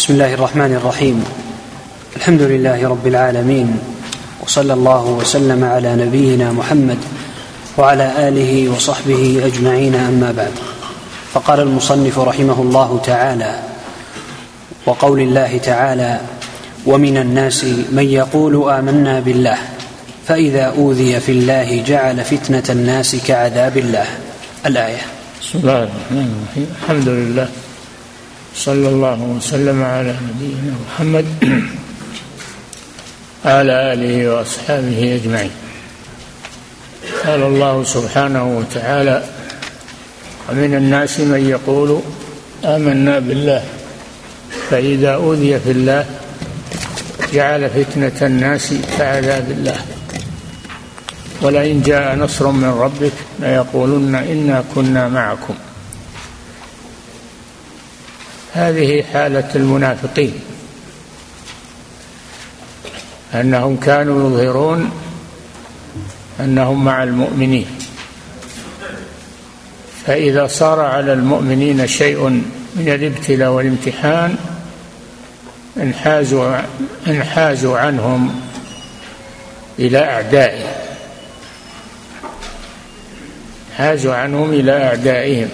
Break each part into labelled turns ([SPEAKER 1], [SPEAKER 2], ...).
[SPEAKER 1] بسم الله الرحمن الرحيم. الحمد لله رب العالمين، وصلى الله وسلم على نبينا محمد وعلى آله وصحبه أجمعين، أما بعد. فقال المصنف رحمه الله تعالى: وقول الله تعالى: ومن الناس من يقول آمنا بالله فإذا أوذي في الله جعل فتنة الناس كعذاب الله. الآية.
[SPEAKER 2] بسم الله الرحمن الرحيم. الحمد لله، صلى الله وسلم على نبينا محمد وعلى آله وأصحابه أجمعين. قال الله سبحانه وتعالى: ومن الناس من يقول آمنا بالله فإذا أوذي في الله جعل فتنة الناس كعذاب الله ولئن جاء نصر من ربك ليقولن إنا كنا معكم. هذه حالة المنافقين، أنهم كانوا يظهرون أنهم مع المؤمنين، فإذا صار على المؤمنين شيء من الابتلاء والامتحان انحازوا عنهم إلى أعدائهم،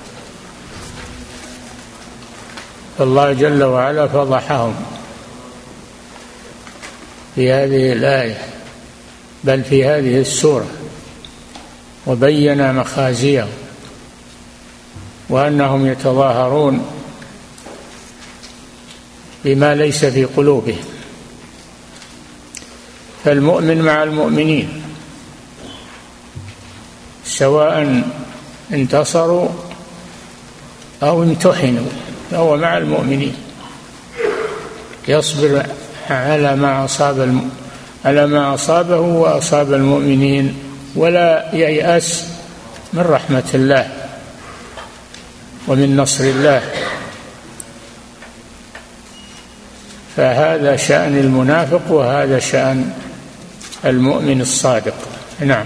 [SPEAKER 2] فالله جل وعلا فضحهم في هذه الآية، بل في هذه السورة، وبين مخازيهم وأنهم يتظاهرون بما ليس في قلوبهم. فالمؤمن مع المؤمنين سواء انتصروا أو امتحنوا، فهو مع المؤمنين، يصبر على ما أصابه وأصاب المؤمنين، ولا ييأس من رحمة الله ومن نصر الله. فهذا شأن المنافق وهذا شأن المؤمن الصادق. نعم.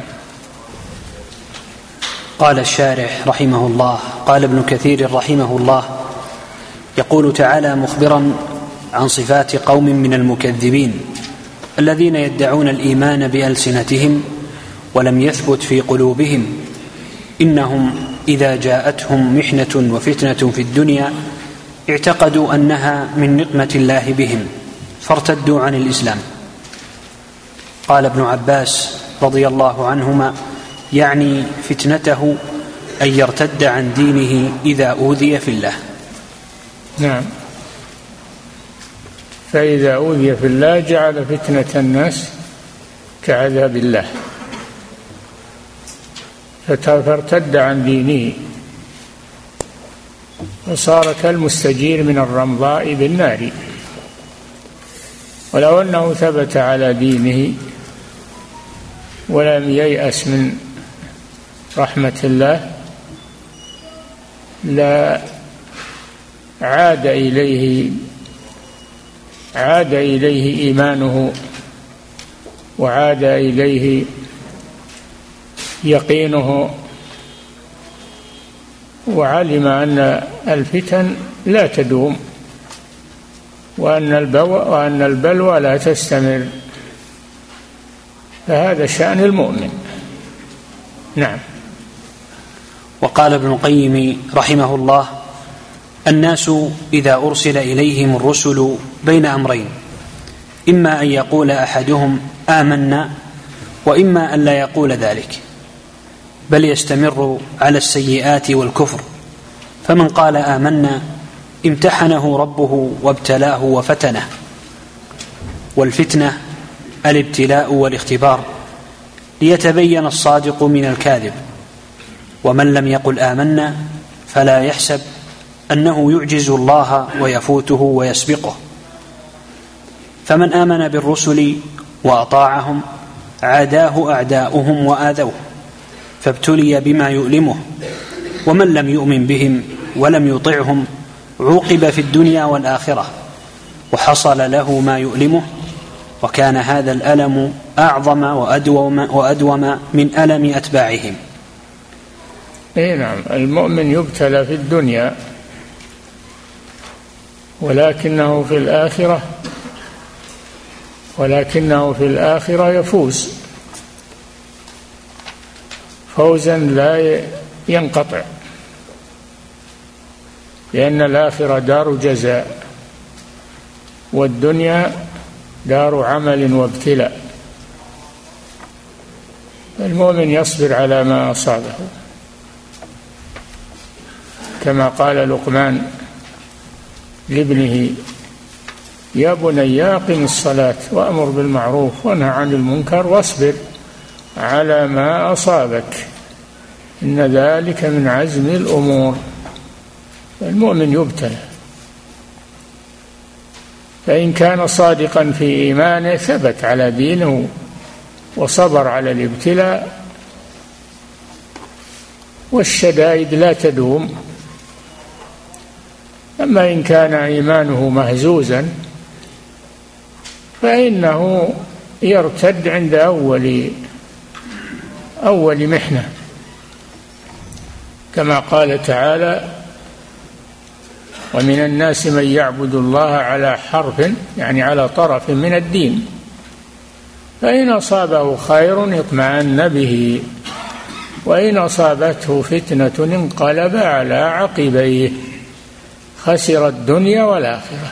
[SPEAKER 1] قال الشارح رحمه الله: قال ابن كثير رحمه الله: يقول تعالى مخبرا عن صفات قوم من المكذبين الذين يدعون الإيمان بألسنتهم ولم يثبت في قلوبهم: إنهم إذا جاءتهم محنة وفتنة في الدنيا اعتقدوا أنها من نقمة الله بهم فارتدوا عن الإسلام. قال ابن عباس رضي الله عنهما: يعني فتنته أن يرتد عن دينه إذا أوذي في الله.
[SPEAKER 2] نعم. فإذا أوذي في الله جعل فتنة الناس كعذاب الله، فارتد عن دينه وصار كالمستجير من الرمضاء بالنار. ولو أنه ثبت على دينه ولم ييأس من رحمة الله لا عاد إليه إيمانه، وعاد إليه يقينه، وعلم أن الفتن لا تدوم، وأن البلوى لا تستمر. فهذا شأن المؤمن. نعم.
[SPEAKER 1] وقال ابن القيم رحمه الله: الناس إذا أرسل إليهم الرسل بين أمرين: إما أن يقول أحدهم آمنا، وإما أن لا يقول ذلك، بل يستمر على السيئات والكفر. فمن قال آمنا امتحنه ربه وابتلاه وفتنه. والفتنة الابتلاء والاختبار ليتبين الصادق من الكاذب. ومن لم يقل آمنا فلا يحسب أنه يعجز الله ويفوته ويسبقه. فمن آمن بالرسل وأطاعهم عاداه أعداؤهم وآذوه فابتلي بما يؤلمه. ومن لم يؤمن بهم ولم يطعهم عوقب في الدنيا والآخرة وحصل له ما يؤلمه، وكان هذا الألم أعظم وأدوم من ألم أتباعهم.
[SPEAKER 2] نعم. المؤمن يبتلى في الدنيا ولكنه في الآخرة يفوز فوزا لا ينقطع، لأن الآخرة دار جزاء والدنيا دار عمل وابتلاء. المؤمن يصبر على ما أصابه، كما قال لقمان لابنه: يا بني أقم الصلاة وأمر بالمعروف وانه عن المنكر واصبر على ما أصابك إن ذلك من عزم الأمور. المؤمن يبتلى، فإن كان صادقا في إيمانه ثبت على دينه وصبر على الابتلاء، والشدائد لا تدوم. أما إن كان إيمانه مهزوزا فإنه يرتد عند أول محنة، كما قال تعالى: ومن الناس من يعبد الله على حرف، يعني على طرف من الدين، فإن أصابه خير اطمأن به وإن أصابته فتنة انقلب على عقبيه خسر الدنيا والآخرة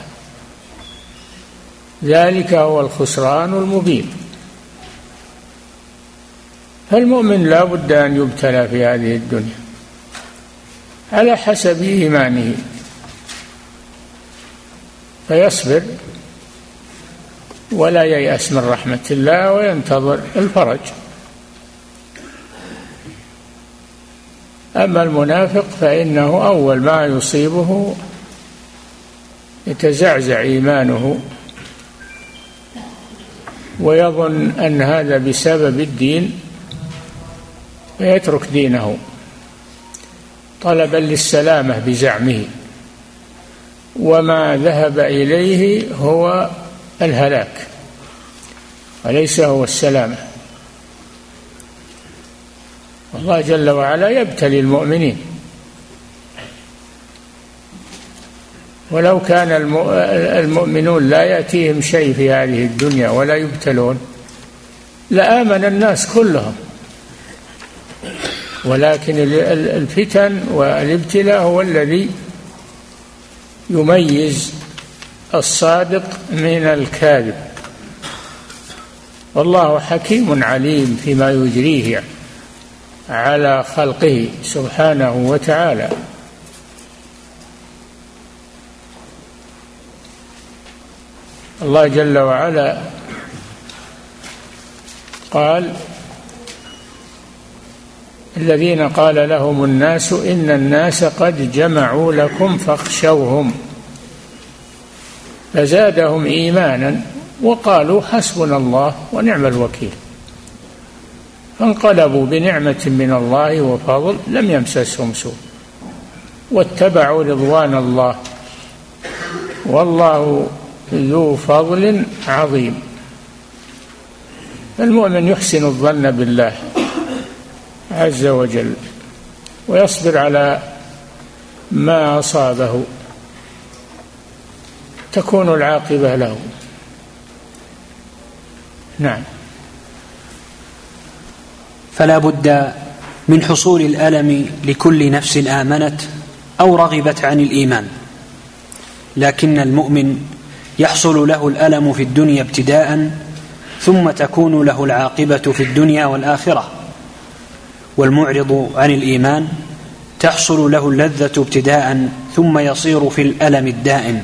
[SPEAKER 2] ذلك هو الخسران المبين. فالمؤمن لا بد أن يبتلى في هذه الدنيا على حسب إيمانه، فيصبر ولا ييأس من رحمة الله وينتظر الفرج. أما المنافق فإنه أول ما يصيبه يتزعزع إيمانه ويظن أن هذا بسبب الدين فيترك دينه طلبا للسلامة بزعمه، وما ذهب إليه هو الهلاك وليس هو السلامة. الله جل وعلا يبتلي المؤمنين، ولو كان المؤمنون لا يأتيهم شيء في هذه الدنيا ولا يبتلون لآمن الناس كلهم، ولكن الفتن والابتلاء هو الذي يميز الصادق من الكاذب. والله حكيم عليم فيما يجريه على خلقه سبحانه وتعالى. الله جل وعلا قال: الذين قال لهم الناس إن الناس قد جمعوا لكم فاخشوهم فزادهم إيمانا وقالوا حسبنا الله ونعم الوكيل، فانقلبوا بنعمة من الله وفضل لم يمسسهم سوء واتبعوا رضوان الله والله ذو فضل عظيم. المؤمن يحسن الظن بالله عز وجل ويصبر على ما أصابه تكون العاقبة له. نعم.
[SPEAKER 1] فلا بد من حصول الألم لكل نفس آمنت أو رغبت عن الإيمان، لكن المؤمن يحصل له الألم في الدنيا ابتداء ثم تكون له العاقبة في الدنيا والآخرة، والمعرض عن الإيمان تحصل له اللذة ابتداء ثم يصير في الألم الدائم.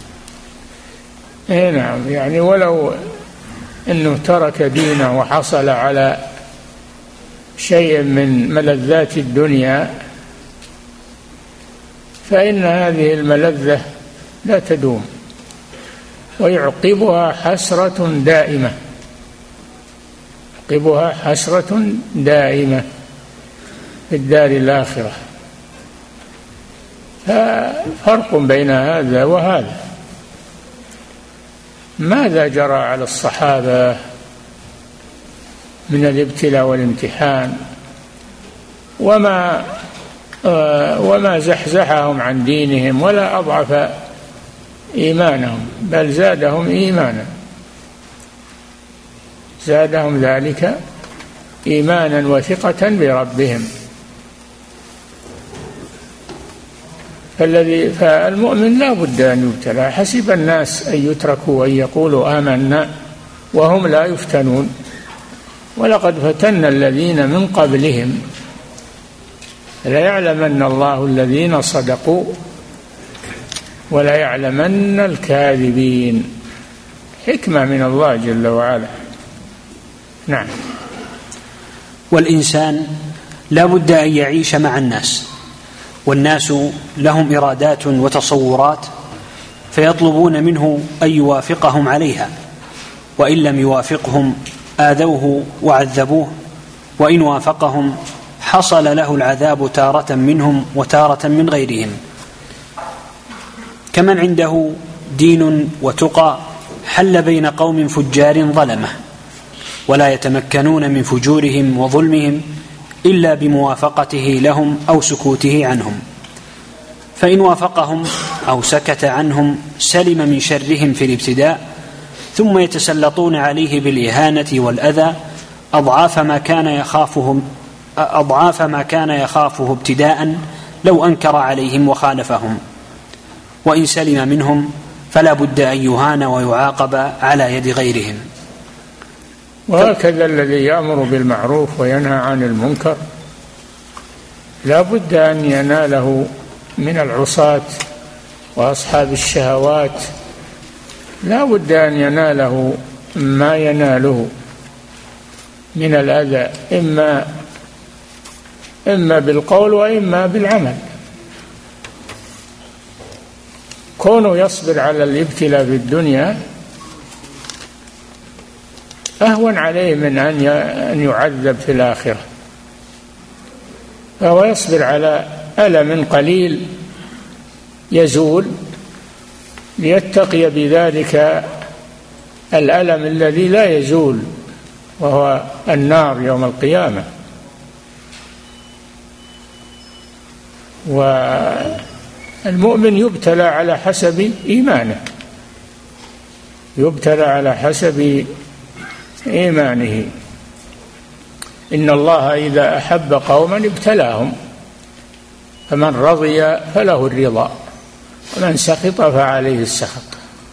[SPEAKER 2] نعم، يعني ولو أنه ترك دينه وحصل على شيء من ملذات الدنيا فإن هذه الملذة لا تدوم ويعقبها حسرة دائمة، يعقبها حسرة دائمة في الدار الآخرة. ففرق بين هذا وهذا. ماذا جرى على الصحابة من الابتلاء والامتحان وما زحزحهم عن دينهم ولا أضعف إيمانهم، بل زادهم إيمانا، زادهم ذلك إيمانا وثقة بربهم. فالمؤمن لا بد أن يبتلى. حسب الناس أن يتركوا أن يقولوا آمنا وهم لا يفتنون، ولقد فتنا الذين من قبلهم ليعلمن الله الذين صدقوا وليعلمن الكاذبين. حكمة من الله جل وعلا. نعم.
[SPEAKER 1] والإنسان لا بد أن يعيش مع الناس، والناس لهم إرادات وتصورات، فيطلبون منه أن يوافقهم عليها، وإن لم يوافقهم آذوه وعذبوه، وإن وافقهم حصل له العذاب تارة منهم وتارة من غيرهم. كمن عنده دين وتقى حل بين قوم فجار ظلمه، ولا يتمكنون من فجورهم وظلمهم إلا بموافقته لهم أو سكوته عنهم، فإن وافقهم أو سكت عنهم سلم من شرهم في الابتداء، ثم يتسلطون عليه بالإهانة والأذى أضعاف ما كان يخافه ابتداء لو أنكر عليهم وخالفهم. وإن سلم منهم فلا بد أن يهان ويعاقب على يد غيرهم.
[SPEAKER 2] وهكذا الذي يأمر بالمعروف وينهى عن المنكر لا بد أن يناله من العصاة وأصحاب الشهوات، لا بد أن يناله ما يناله من الأذى، إما بالقول وإما بالعمل. كونه يصبر على الابتلاء في الدنيا أهون عليه من أن يعذب في الآخرة، فهو يصبر على ألم قليل يزول ليتقي بذلك الألم الذي لا يزول، وهو النار يوم القيامة. والمؤمن يبتلى على حسب إيمانه، يبتلى على حسب إيمانه. إن الله إذا أحب قوما ابتلاهم، فمن رضي فله الرضا ومن سخط فعليه السخط.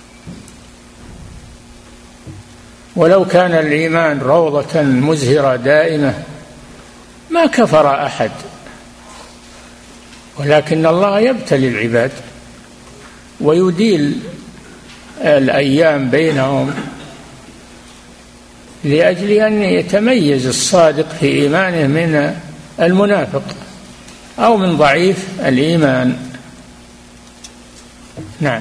[SPEAKER 2] ولو كان الإيمان روضة مزهرة دائمة ما كفر أحد، ولكن الله يبتلي العباد ويديل الأيام بينهم لأجل أن يتميز الصادق في إيمانه من المنافق أو من ضعيف الإيمان. نعم.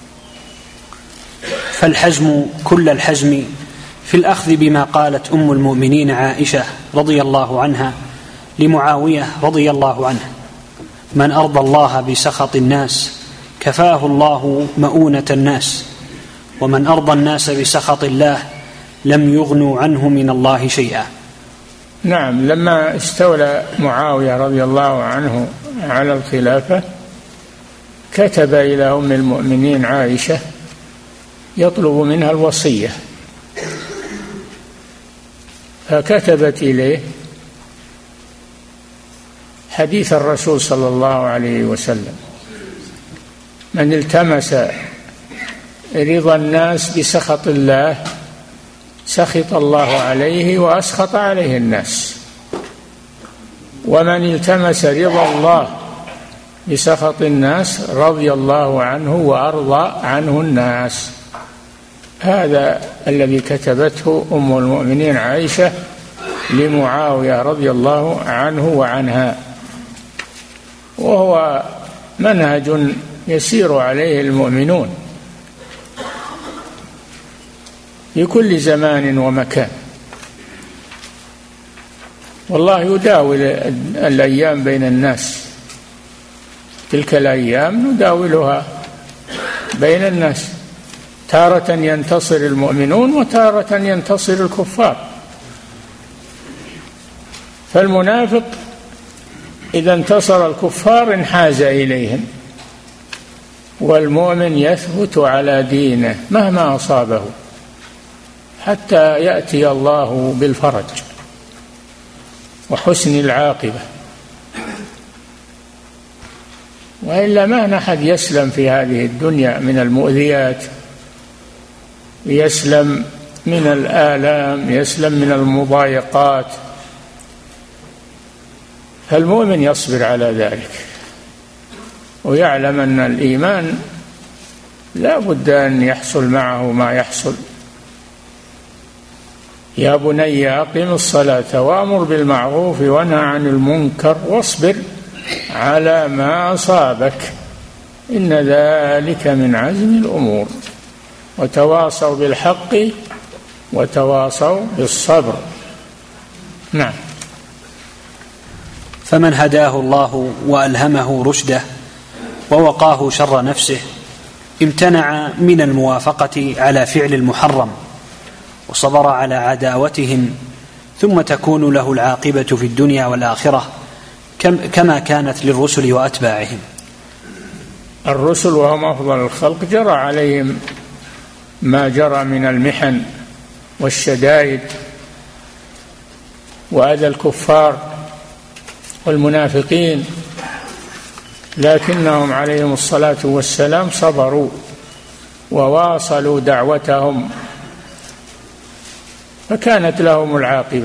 [SPEAKER 1] فالحزم كل الحزم في الأخذ بما قالت أم المؤمنين عائشة رضي الله عنها لمعاوية رضي الله عنه: من أرضى الله بسخط الناس كفاه الله مؤونة الناس، ومن أرضى الناس بسخط الله لم يغنوا عنه من الله شيئا.
[SPEAKER 2] نعم. لما استولى معاوية رضي الله عنه على الخلافة كتب إلى أم المؤمنين عائشة يطلب منها الوصية، فكتبت إليه حديث الرسول صلى الله عليه وسلم: من التمس رضا الناس بسخط الله سخط الله عليه وأسخط عليه الناس، ومن التمس رضا الله بسخط الناس رضي الله عنه وأرضى عنه الناس. هذا الذي كتبته أم المؤمنين عائشة لمعاوية رضي الله عنه وعنها، وهو منهج يسير عليه المؤمنون في كل زمان ومكان. والله يداول الأيام بين الناس، تلك الأيام نداولها بين الناس، تارة ينتصر المؤمنون وتارة ينتصر الكفار. فالمنافق إذا انتصر الكفار انحاز إليهم، والمؤمن يثبت على دينه مهما أصابه حتى يأتي الله بالفرج وحسن العاقبة، وإلا ما أحد يسلم في هذه الدنيا من المؤذيات، يسلم من الآلام، يسلم من المضايقات. فالمؤمن يصبر على ذلك ويعلم أن الإيمان لا بد أن يحصل معه ما يحصل. يا بني أقم الصلاة وأمر بالمعروف وانهى عن المنكر واصبر على ما أصابك إن ذلك من عزم الأمور وتواصوا بالحق وتواصوا بالصبر. نعم.
[SPEAKER 1] فمن هداه الله وألهمه رشده ووقاه شر نفسه امتنع من الموافقة على فعل المحرم وصبر على عداوتهم، ثم تكون له العاقبة في الدنيا والآخرة كما كانت للرسل وأتباعهم.
[SPEAKER 2] الرسل وهم أفضل الخلق جرى عليهم ما جرى من المحن والشدائد وأذى الكفار والمنافقين، لكنهم عليهم الصلاة والسلام صبروا وواصلوا دعوتهم فكانت لهم العاقبة.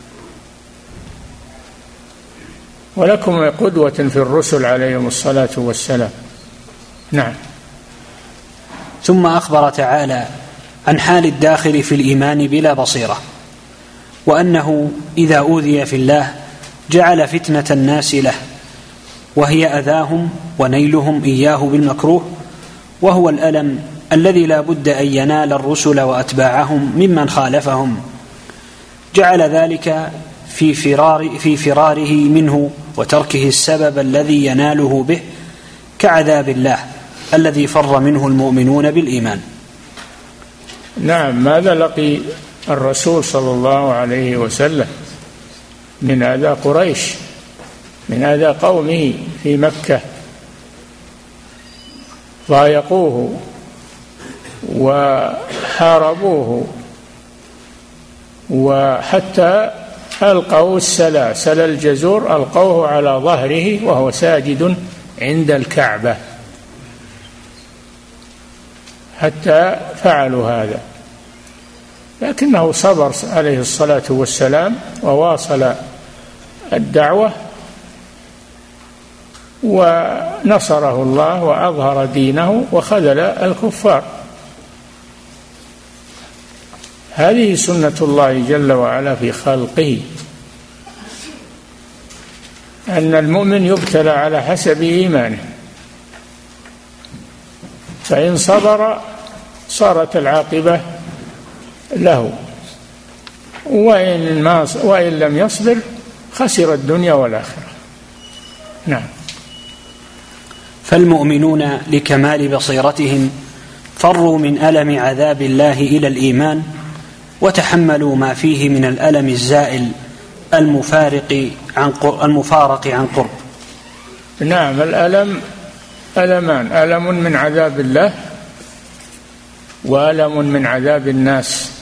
[SPEAKER 2] ولكم قدوة في الرسل عليهم الصلاة والسلام. نعم.
[SPEAKER 1] ثم أخبر تعالى عن حال الداخل في الإيمان بلا بصيرة، وأنه إذا أوذي في الله جعل فتنة الناس له، وهي أذاهم ونيلهم إياه بالمكروه، وهو الألم الذي لا بد أن ينال الرسل وأتباعهم ممن خالفهم. جعل ذلك في فراره منه وتركه السبب الذي يناله به، كعذاب الله الذي فر منه المؤمنون بالإيمان.
[SPEAKER 2] نعم. ماذا لقي الرسول صلى الله عليه وسلم من أذى قريش، من أذى قومه في مكة، ضايقوه وحاربوه وحتى ألقوا سل الجزور ألقوه على ظهره وهو ساجد عند الكعبة، حتى فعلوا هذا، لكنه صبر عليه الصلاة والسلام وواصل الدعوة ونصره الله وأظهر دينه وخذل الكفار. هذه سنة الله جل وعلا في خلقه، أن المؤمن يبتلى على حسب إيمانه، فإن صبر صارت العاقبة له، وإن لم يصبر خسر الدنيا والآخرة. نعم.
[SPEAKER 1] فالمؤمنون لكمال بصيرتهم فروا من ألم عذاب الله إلى الإيمان، وتحملوا ما فيه من الألم الزائل المفارق عن قرب.
[SPEAKER 2] نعم. الألم ألمان: ألم من عذاب الله وألم من عذاب الناس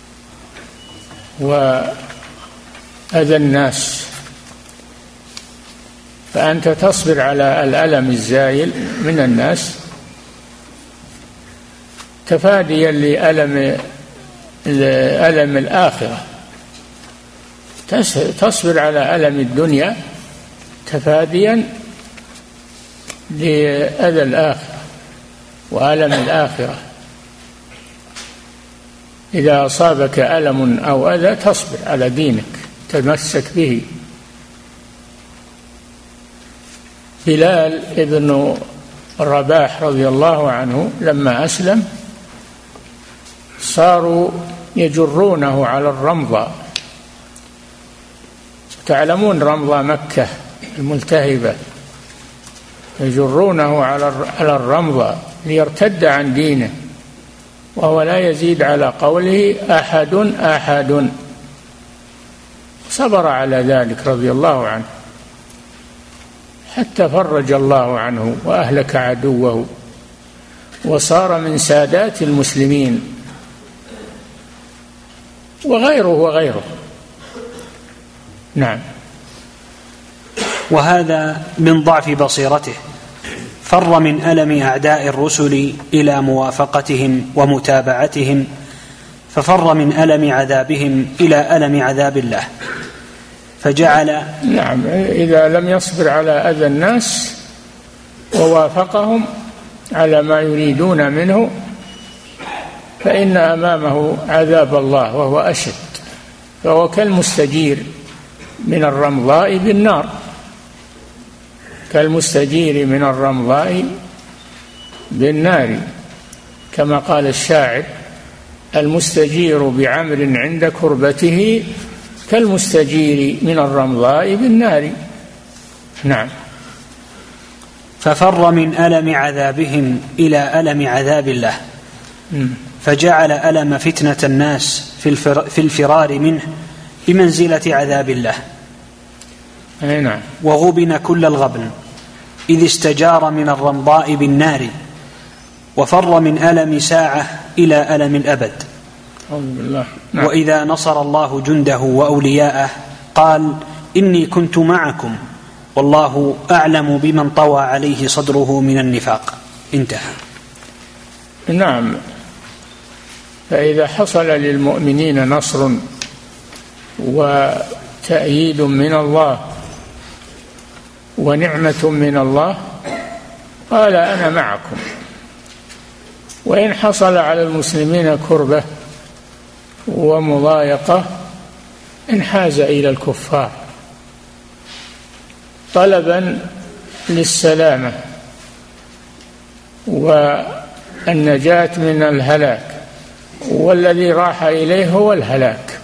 [SPEAKER 2] وأذى الناس. فأنت تصبر على الألم الزائل من الناس تفاديا لألم الآخرة، تصبر على ألم الدنيا تفاديا لأذى الآخرة وألم الآخرة. إذا أصابك ألم أو أذى تصبر على دينك، تمسك به. بلال ابن الرباح رضي الله عنه لما أسلم صاروا يجرونه على الرمضة. تعلمون رمضة مكة الملتهبة، يجرونه على الرمضة ليرتد عن دينه، وهو لا يزيد على قوله أحد أحد. صبر على ذلك رضي الله عنه حتى فرج الله عنه وأهلك عدوه. وصار من سادات المسلمين، وغيره. نعم.
[SPEAKER 1] وهذا من ضعف بصيرته، فر من ألم أعداء الرسل إلى موافقتهم ومتابعتهم، ففر من ألم عذابهم إلى ألم عذاب الله، فجعل.
[SPEAKER 2] نعم، إذا لم يصبر على أذى الناس ووافقهم على ما يريدون منه فإن أمامه عذاب الله وهو أشد، فهو كالمستجير من الرمضاء بالنار، كالمستجير من الرمضاء بالنار، كما قال الشاعر: المستجير بعمر عند كربته كالمستجير من الرمضاء بالنار. نعم.
[SPEAKER 1] ففر من ألم عذابهم إلى ألم عذاب الله، فجعل ألم فتنة الناس في الفرار منه بمنزلة عذاب الله.
[SPEAKER 2] نعم.
[SPEAKER 1] وغبن كل الغبن إذ استجار من الرمضاء بالنار، وفر من ألم ساعة إلى ألم الأبد.
[SPEAKER 2] نعم.
[SPEAKER 1] وإذا نصر الله جنده وأولياءه قال: إني كنت معكم والله أعلم بمن طوى عليه صدره من النفاق. انتهى.
[SPEAKER 2] نعم. فإذا حصل للمؤمنين نصر وتأييد من الله ونعمة من الله قال: أنا معكم. وإن حصل على المسلمين كربة ومضايقة انحاز إلى الكفار طلبا للسلامة والنجاة من الهلاك، والذي راح إليه هو الهلاك.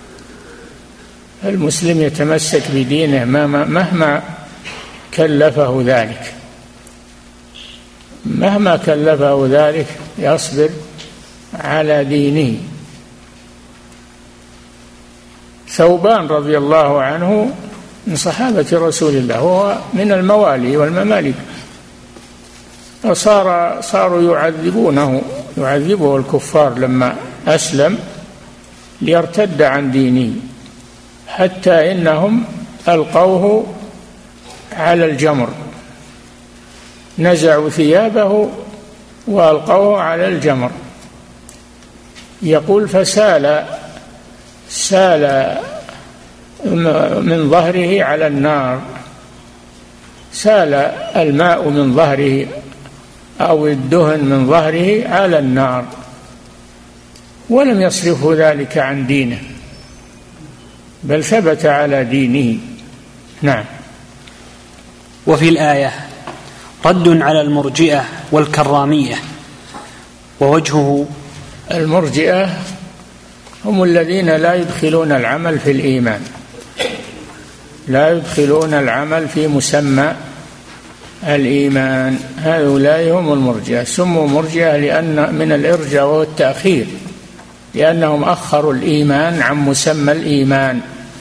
[SPEAKER 2] المسلم يتمسك بدينه مهما كلفه ذلك، مهما كلفه ذلك يصبر على دينه. ثوبان رضي الله عنه من صحابة رسول الله، وهو من الموالي والممالك، صاروا يعذبه الكفار لما أسلم ليرتد عن دينه، حتى إنهم ألقوه على الجمر، نزعوا ظيابه وألقوه على الجمر. يقول: سال من ظهره على النار، سال الماء من ظهره أو الدهن من ظهره على النار، ولم يصرفه ذلك عن دينه، بل ثبت على دينه. نعم.
[SPEAKER 1] وفي الآية رد على المرجئة والكرامية، ووجهه:
[SPEAKER 2] المرجئة هم الذين لا يدخلون العمل في الإيمان، لا يدخلون العمل في مسمى الإيمان، هؤلاء هم المرجئة. سموا مرجئة لأن من الإرجاء والتأخير، لأنهم أخروا الإيمان عن مسمى الإيمان،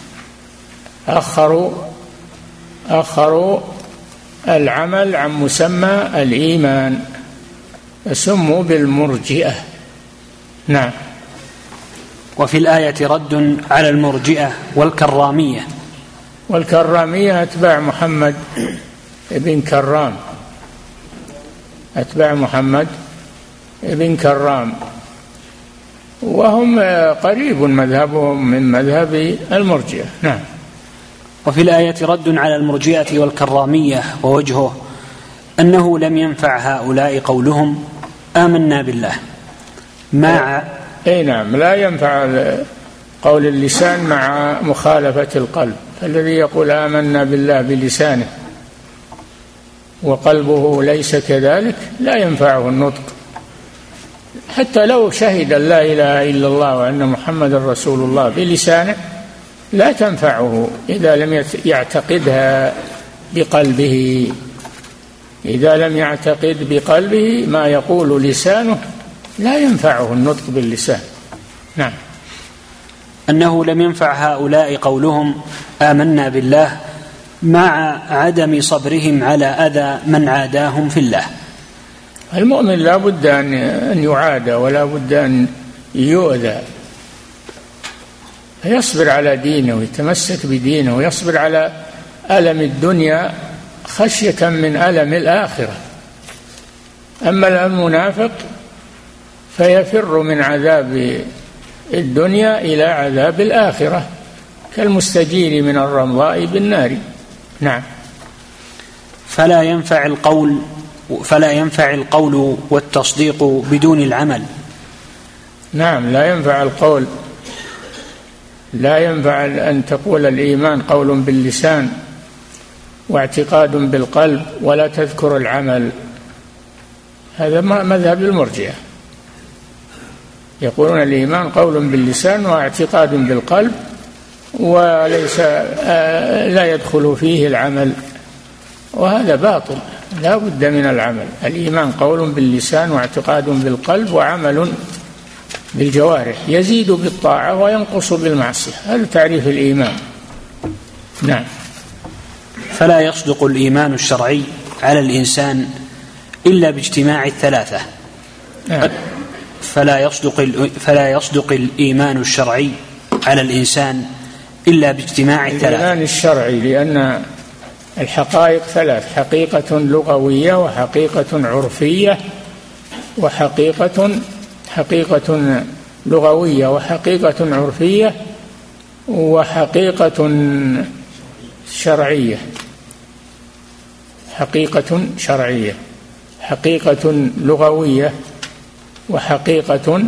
[SPEAKER 2] أخروا العمل عن مسمى الإيمان، فسموا بالمرجئة. نعم.
[SPEAKER 1] وفي الآية رد على المرجئة والكرامية.
[SPEAKER 2] والكرامية أتباع محمد بن كرام، أتباع محمد بن كرام، وهم قريب مذهبهم من مذهب المرجئة. نعم.
[SPEAKER 1] وفي الآية رد على المرجئة والكرامية، ووجهه أنه لم ينفع هؤلاء قولهم آمنا بالله
[SPEAKER 2] نعم، لا ينفع قول اللسان مع مخالفة القلب. الذي يقول آمنا بالله بلسانه وقلبه ليس كذلك لا ينفعه النطق، حتى لو شهد لا إله إلا الله وأن محمد رسول الله بلسانه لا تنفعه إذا لم يعتقدها بقلبه. إذا لم يعتقد بقلبه ما يقول لسانه لا ينفعه النطق باللسان. نعم.
[SPEAKER 1] أنه لم ينفع هؤلاء قولهم آمنا بالله مع عدم صبرهم على أذى من عاداهم في الله.
[SPEAKER 2] المؤمن لا بد أن يعادى ولا بد أن يؤذى، يصبر على دينه ويتمسك بدينه ويصبر على ألم الدنيا خشية من ألم الآخرة. أما المنافق فيفر من عذاب الدنيا إلى عذاب الآخرة كالمستجير من الرمضاء بالنار. نعم.
[SPEAKER 1] فلا ينفع القول والتصديق بدون العمل.
[SPEAKER 2] نعم، لا ينفع القول، لا ينفع أن تقول الإيمان قول باللسان واعتقاد بالقلب ولا تذكر العمل. هذا مذهب المرجئة، يقولون الإيمان قول باللسان واعتقاد بالقلب وليس لا يدخل فيه العمل، وهذا باطل، لا بد من العمل. الإيمان قول باللسان واعتقاد بالقلب وعمل بالجوارح، يزيد بالطاعة وينقص بالمعصية، هذا تعريف الإيمان. نعم.
[SPEAKER 1] فلا يصدق الإيمان الشرعي على الإنسان إلا باجتماع الثلاثة.
[SPEAKER 2] نعم.
[SPEAKER 1] فلا يصدق الإيمان الشرعي على الإنسان إلا باجتماع الثلاثة.
[SPEAKER 2] الإيمان الشرعي لأن الحقائق ثلاث: حقيقة لغوية وحقيقة عرفية حقيقة لغوية وحقيقة عرفية وحقيقة شرعية. حقيقة شرعية، حقيقة لغوية وحقيقة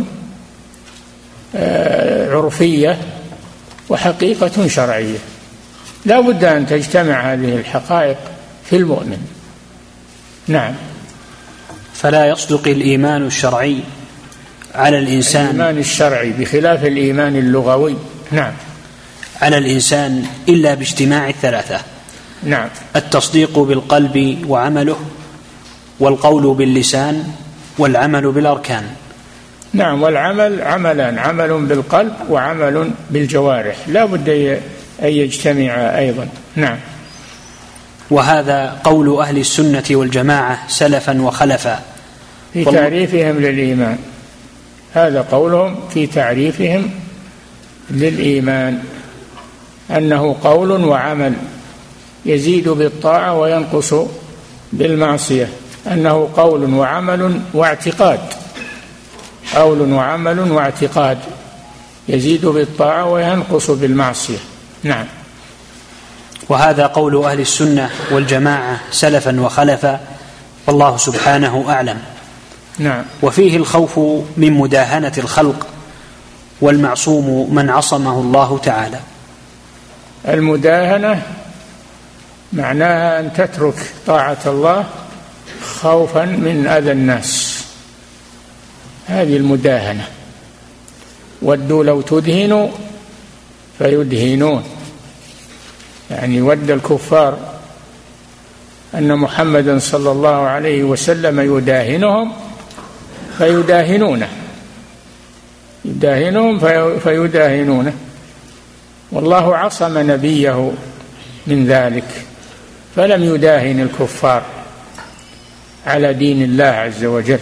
[SPEAKER 2] عرفية وحقيقة شرعية. لا بد أن تجتمع هذه الحقائق في المؤمن. نعم.
[SPEAKER 1] فلا يصدق الإيمان الشرعي على الإنسان،
[SPEAKER 2] الإيمان الشرعي بخلاف الإيمان اللغوي. نعم.
[SPEAKER 1] على الإنسان إلا باجتماع الثلاثة.
[SPEAKER 2] نعم.
[SPEAKER 1] التصديق بالقلب وعمله، والقول باللسان، والعمل بالأركان.
[SPEAKER 2] نعم. والعمل عملان: عمل بالقلب وعمل بالجوارح، لا بد أن يجتمع أيضا. نعم.
[SPEAKER 1] وهذا قول أهل السنة والجماعة سلفا وخلفا
[SPEAKER 2] في تعريفهم للإيمان، هذا قولهم في تعريفهم للإيمان، أنه قول وعمل يزيد بالطاعة وينقص بالمعصية، أنه قول وعمل واعتقاد، قول وعمل واعتقاد يزيد بالطاعة وينقص بالمعصية. نعم.
[SPEAKER 1] وهذا قول أهل السنة والجماعة سلفا وخلفا، والله سبحانه أعلم.
[SPEAKER 2] نعم.
[SPEAKER 1] وفيه الخوف من مداهنة الخلق، والمعصوم من عصمه الله تعالى.
[SPEAKER 2] المداهنة معناها أن تترك طاعة الله خوفا من أذى الناس، هذه المداهنة. ودوا لو تدهنوا فيدهنون، يعني ود الكفار أن محمدا صلى الله عليه وسلم يداهنهم فيداهنونه، يداهنهم فيداهنونه، والله عصم نبيه من ذلك فلم يداهن الكفار على دين الله عز وجل.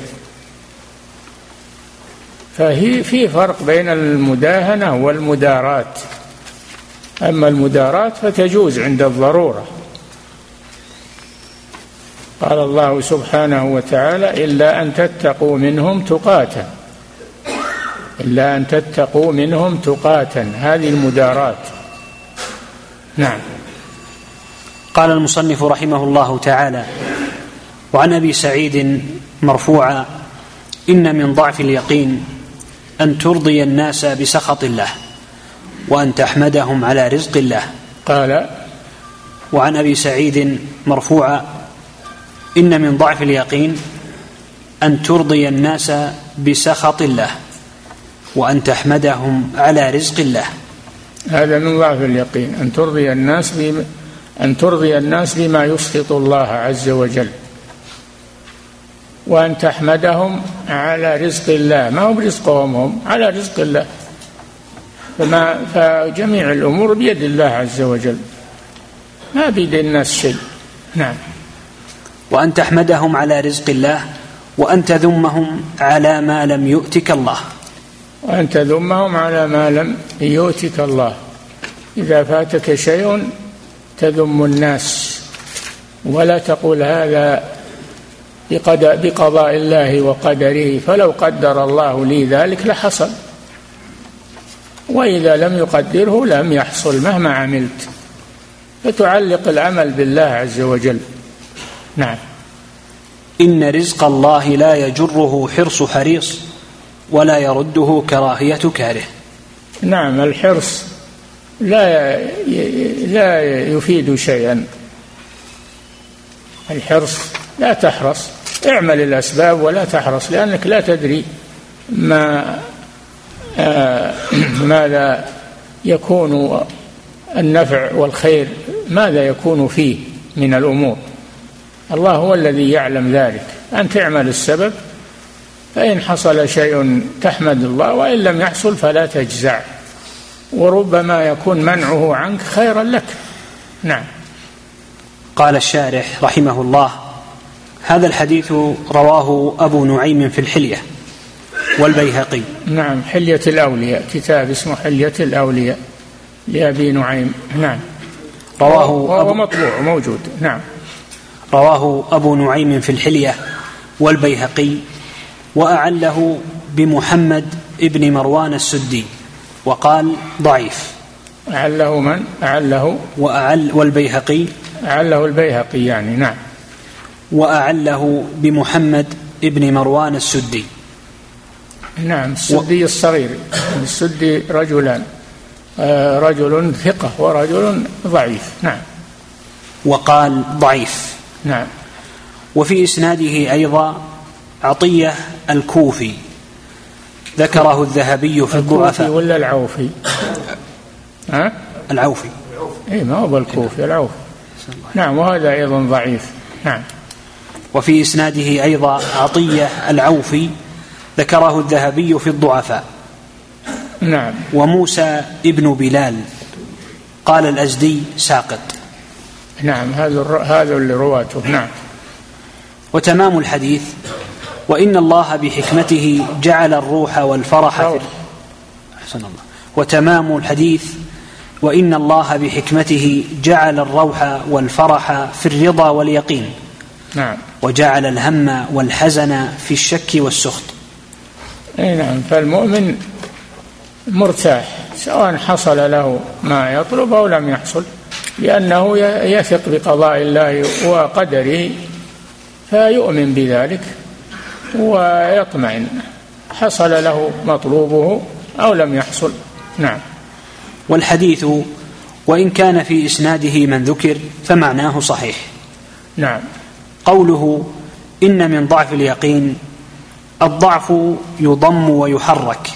[SPEAKER 2] في فرق بين المداهنة والمداراة. أما المداراة فتجوز عند الضرورة، قال الله سبحانه وتعالى: إلا أن تتقوا منهم تقاتا، إلا أن تتقوا منهم تقاتا، هذه المداراة. نعم.
[SPEAKER 1] قال المصنف رحمه الله تعالى: وعن أبي سعيد مرفوعا: إن من ضعف اليقين أن ترضي الناس بسخط الله وأن تحمدهم على رزق الله.
[SPEAKER 2] قال.
[SPEAKER 1] وعن أبي سعيد مرفوعا: إن من ضعف اليقين أن ترضي الناس بسخط الله وأن تحمدهم على رزق الله.
[SPEAKER 2] هذا من ضعف اليقين، أن ترضي الناس بما يسخط الله عز وجل، وأن تحمدهم على رزق الله، ما هو برزقهم هم، على رزق الله، فجميع الأمور بيد الله عز وجل، ما بيد الناس شيء. نعم.
[SPEAKER 1] وأن تحمدهم على رزق الله وأن تذمهم على ما لم يؤتك الله.
[SPEAKER 2] وأن تذمهم على ما لم يؤتك الله. إذا فاتك شيء تذم الناس، ولا تقول هذا بقضاء الله وقدره، فلو قدر الله لي ذلك لحصل، وإذا لم يقدره لم يحصل مهما عملت، فتعلق العمل بالله عز وجل. نعم.
[SPEAKER 1] إن رزق الله لا يجره حرص حريص ولا يرده كراهية كاره.
[SPEAKER 2] نعم، الحرص لا يفيد شيئا. الحرص لا تحرص، اعمل الأسباب ولا تحرص، لأنك لا تدري ماذا يكون النفع والخير، ماذا يكون فيه من الأمور. الله هو الذي يعلم ذلك. أن تعمل السبب، فإن حصل شيء تحمد الله، وإن لم يحصل فلا تجزع، وربما يكون منعه عنك خيرا لك. نعم.
[SPEAKER 1] قال الشارح رحمه الله: هذا الحديث رواه أبو نعيم في الحلية والبيهقي.
[SPEAKER 2] نعم، حلية الأولياء، كتاب اسمه حلية الأولياء لأبي نعيم. نعم. وهو مطبوع موجود. نعم.
[SPEAKER 1] رواه أبو نعيم في الحلية والبيهقي، وأعله بمحمد ابن مروان السدي، وقال ضعيف.
[SPEAKER 2] أعله من؟ أعله
[SPEAKER 1] والبيهقي
[SPEAKER 2] أعله البيهقي يعني. نعم.
[SPEAKER 1] وأعله بمحمد ابن مروان السدي.
[SPEAKER 2] نعم. السدي الصغير. السدي رجلان، رجل ثقة ورجل ضعيف. نعم.
[SPEAKER 1] وقال ضعيف.
[SPEAKER 2] نعم.
[SPEAKER 1] وفي إسناده أيضا عطية الكوفي، ذكره الذهبي في الضعفاء.
[SPEAKER 2] الكوفي ولا العوفي؟
[SPEAKER 1] العوفي.
[SPEAKER 2] ما هو الكوفي، العوفي. نعم. وهذا أيضا ضعيف. نعم.
[SPEAKER 1] وفي إسناده أيضا عطية العوفي، ذكره الذهبي في الضعفاء.
[SPEAKER 2] نعم.
[SPEAKER 1] وموسى ابن بلال، قال الأزدي ساقط.
[SPEAKER 2] نعم. هذا اللي رواته. نعم.
[SPEAKER 1] وتمام الحديث: وإن الله بحكمته جعل الروح والفرح أحسن الله. وتمام الحديث: وإن الله بحكمته جعل الروح والفرح في الرضا واليقين.
[SPEAKER 2] نعم.
[SPEAKER 1] وجعل الهم والحزن في الشك والسخط.
[SPEAKER 2] نعم. فالمؤمن مرتاح سواء حصل له ما يطلب أو لم يحصل، لأنه يثق بقضاء الله وقدره، فيؤمن بذلك ويطمئن، حصل له مطلوبه أو لم يحصل. نعم.
[SPEAKER 1] والحديث وإن كان في إسناده من ذكر فمعناه صحيح.
[SPEAKER 2] نعم.
[SPEAKER 1] قوله إن من ضعف اليقين، الضعف يضم ويحرك.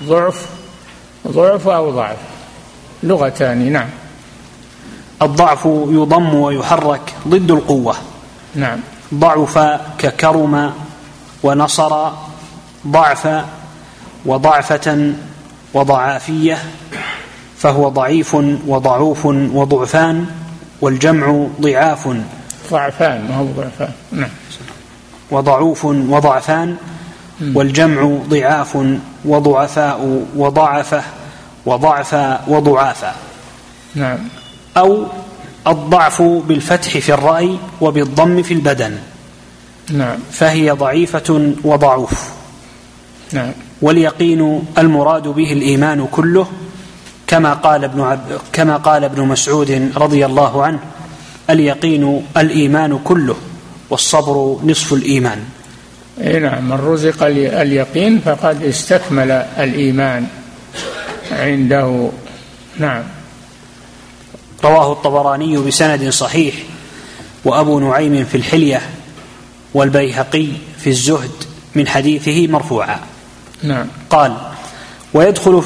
[SPEAKER 2] ضعف أو ضعف لغتان. نعم.
[SPEAKER 1] الضعف يضم ويحرك ضد القوة.
[SPEAKER 2] نعم.
[SPEAKER 1] ضعف ككرم ونصر، ضعف وضعفة وضعافية، فهو ضعيف وضعوف وضعفان، والجمع ضعاف.
[SPEAKER 2] ضعفان ما هو ضعفان. نعم.
[SPEAKER 1] وضعوف وضعفان، والجمع ضعاف وضعفاء وضعفة وضعف وضعافا.
[SPEAKER 2] نعم.
[SPEAKER 1] أو الضعف بالفتح في الرأي وبالضم في البدن.
[SPEAKER 2] نعم.
[SPEAKER 1] فهي ضعيفة وضعوف.
[SPEAKER 2] نعم.
[SPEAKER 1] واليقين المراد به الإيمان كله، كما قال ابن مسعود رضي الله عنه: اليقين الإيمان كله، والصبر نصف الإيمان.
[SPEAKER 2] نعم. من رزق اليقين فقد استكمل الإيمان عنده. نعم.
[SPEAKER 1] رواه الطبراني بسند صحيح، وأبو نعيم في الحلية، والبيهقي في الزهد من حديثه مرفوعا.
[SPEAKER 2] نعم.
[SPEAKER 1] قال: ويدخل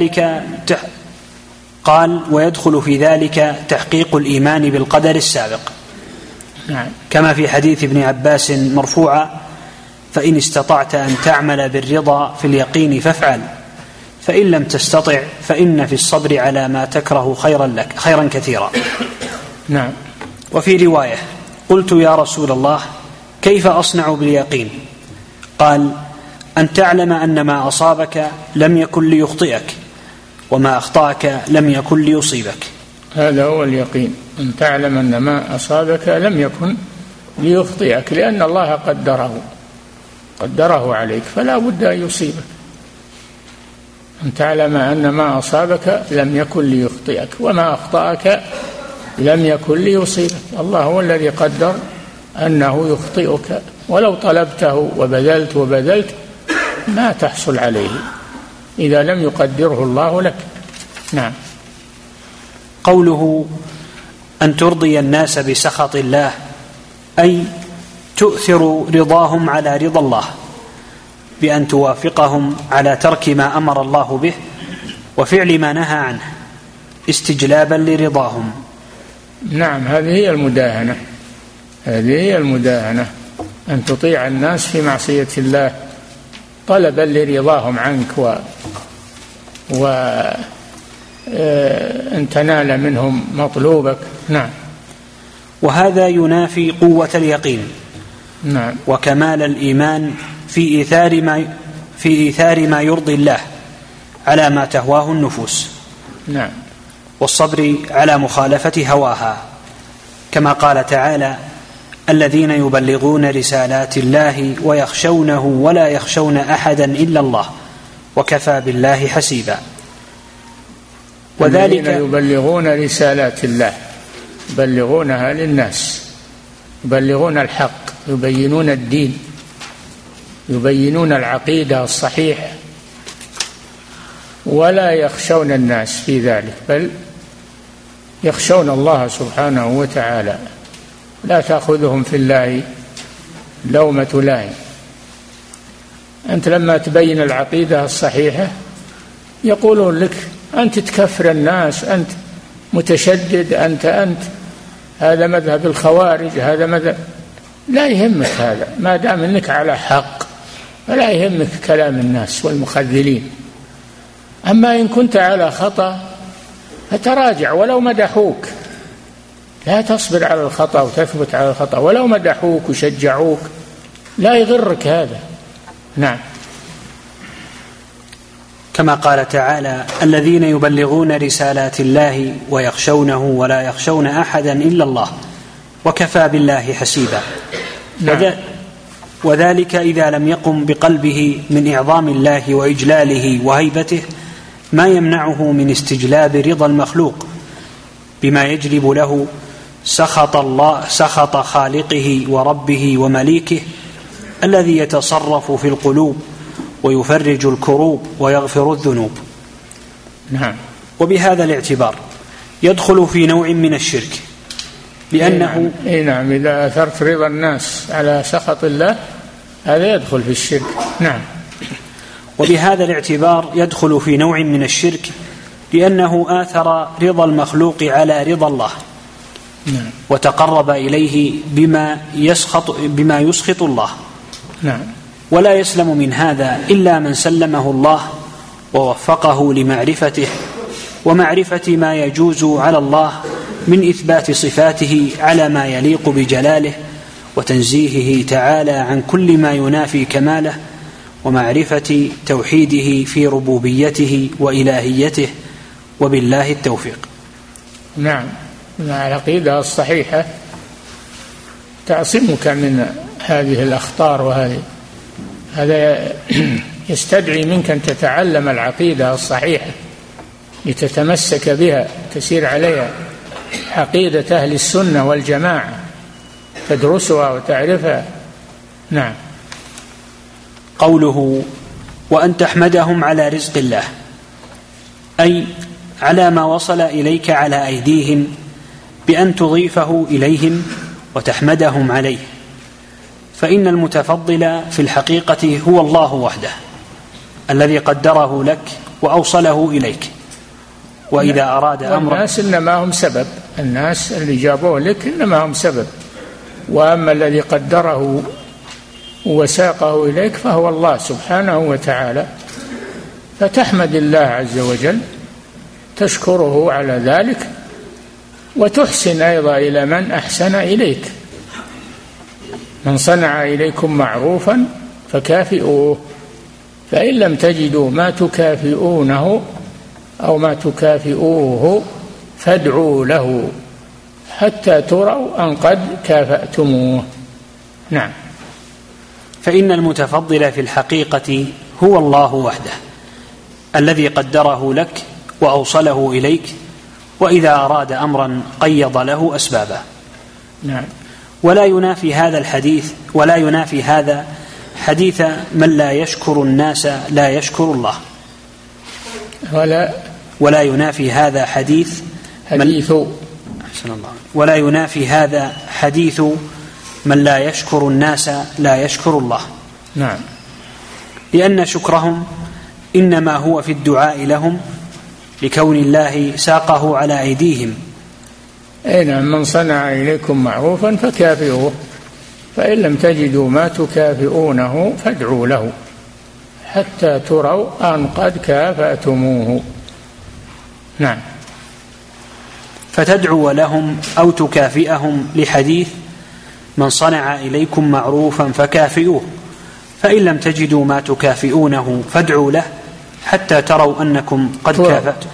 [SPEAKER 1] في ذلك تحقيق الإيمان بالقدر السابق.
[SPEAKER 2] نعم.
[SPEAKER 1] كما في حديث ابن عباس مرفوعا: فإن استطعت أن تعمل بالرضا في اليقين فافعل، فإن لم تستطع فإن في الصبر على ما تكره خيرا كثيرا.
[SPEAKER 2] نعم.
[SPEAKER 1] وفي رواية: قلت يا رسول الله كيف أصنع باليقين؟ قال: أن تعلم أن ما أصابك لم يكن ليخطئك وما أخطأك لم يكن ليصيبك.
[SPEAKER 2] هذا هو اليقين، أن تعلم أن ما أصابك لم يكن ليخطئك، لأن الله قدره عليك فلا بد أن يصيبك. أن تعلم أن ما أصابك لم يكن ليخطئك وما أخطأك لم يكن ليصيبك. الله هو الذي قدر أنه يخطئك، ولو طلبته وبذلت ما تحصل عليه إذا لم يقدره الله لك. نعم.
[SPEAKER 1] قوله: أن ترضي الناس بسخط الله، أي تؤثر رضاهم على رضا الله بأن توافقهم على ترك ما أمر الله به وفعل ما نهى عنه استجلابا لرضاهم.
[SPEAKER 2] نعم، هذه هي المداهنة، أن تطيع الناس في معصية الله طلبا لرضاهم عنك وأن تنال منهم مطلوبك. نعم.
[SPEAKER 1] وهذا ينافي قوة اليقين.
[SPEAKER 2] نعم.
[SPEAKER 1] وكمال الإيمان في إيثار ما يرضي الله على ما تهواه النفوس.
[SPEAKER 2] نعم.
[SPEAKER 1] والصبر على مخالفة هواها، كما قال تعالى: الذين يبلغون رسالات الله ويخشونه ولا يخشون أحدا إلا الله وكفى بالله حسيبا.
[SPEAKER 2] وذلك يبلغون رسالات الله، يبلغونها للناس، يبلغون الحق، يبينون الدين، يبينون العقيدة الصحيحة، ولا يخشون الناس في ذلك، بل يخشون الله سبحانه وتعالى، لا تأخذهم في الله لومة لائم. أنت لما تبين العقيدة الصحيحة يقولون لك: أنت تكفر الناس، أنت متشدد، أنت هذا مذهب الخوارج، هذا مذهب. لا يهمك هذا ما دام أنك على حق، فلا يهمك كلام الناس والمخذلين. أما إن كنت على خطأ فتراجع ولو مدحوك، لا تصبر على الخطأ وتثبت على الخطأ ولو مدحوك وشجعوك، لا يضرك هذا. نعم.
[SPEAKER 1] كما قال تعالى: الذين يبلغون رسالات الله ويخشونه ولا يخشون أحدا إلا الله وكفى بالله حسيبا.
[SPEAKER 2] نعم.
[SPEAKER 1] وذلك إذا لم يقم بقلبه من إعظام الله وإجلاله وهيبته ما يمنعه من استجلاب رضا المخلوق بما يجلب له سخط خالقه وربه ومليكه الذي يتصرف في القلوب ويفرج الكروب ويغفر الذنوب.
[SPEAKER 2] نعم.
[SPEAKER 1] وبهذا الاعتبار يدخل في نوع من الشرك، لأنه
[SPEAKER 2] نعم إذا أثرت رضا الناس على سخط الله هذا يدخل في الشرك. نعم.
[SPEAKER 1] وبهذا الاعتبار يدخل في نوع من الشرك، لأنه آثر رضا المخلوق على رضا الله.
[SPEAKER 2] نعم.
[SPEAKER 1] وتقرب إليه بما يسخط الله.
[SPEAKER 2] نعم.
[SPEAKER 1] ولا يسلم من هذا إلا من سلمه الله ووفقه لمعرفته ومعرفة ما يجوز على الله من إثبات صفاته على ما يليق بجلاله وتنزيهه تعالى عن كل ما ينافي كماله، ومعرفة توحيده في ربوبيته وإلهيته، وبالله التوفيق.
[SPEAKER 2] نعم. العقيدة الصحيحة تعصمك من هذه الأخطار، هذا يستدعي منك أن تتعلم العقيدة الصحيحة لتتمسك بها، تسير عليها، عقيدة أهل السنة والجماعة، تدرسها وتعرفها. نعم.
[SPEAKER 1] قوله: وأن تحمدهم على رزق الله، أي على ما وصل إليك على أيديهم، بأن تضيفه إليهم وتحمدهم عليه، فإن المتفضل في الحقيقة هو الله وحده الذي قدره لك وأوصله إليك. وإذا أراد أمرا،
[SPEAKER 2] الناس إنما هم سبب، الناس اللي جابوه لك إنما هم سبب، وأما الذي قدره وساقه إليك فهو الله سبحانه وتعالى. فتحمد الله عز وجل، تشكره على ذلك، وتحسن أيضا إلى من أحسن إليك. من صنع إليكم معروفا فكافئوه، فإن لم تجدوا ما تكافئونه أو ما تكافئوه فادعوا له حتى تروا أن قد كافأتموه. نعم.
[SPEAKER 1] فإن المتفضل في الحقيقة هو الله وحده الذي قدره لك وأوصله إليك، وإذا أراد أمرا قيض له أسبابه.
[SPEAKER 2] نعم.
[SPEAKER 1] ولا ينافي هذا حديث من لا يشكر الناس لا يشكر الله، ولا ينافي هذا ولا ينافي هذا حديث من لا يشكر الناس لا يشكر الله.
[SPEAKER 2] نعم.
[SPEAKER 1] لأن شكرهم إنما هو في الدعاء لهم لكون الله ساقه على أيديهم.
[SPEAKER 2] أين من صنع إليكم معروفا فكافئوه، فإن لم تجدوا ما تكافئونه فادعوا له حتى تروا أن قد كافأتموه. نعم.
[SPEAKER 1] فتدعو لهم أو تكافئهم لحديث من صنع إليكم معروفا فكافئوه، فإن لم تجدوا ما تكافئونه فادعوا له حتى تروا أنكم قد كافأتم.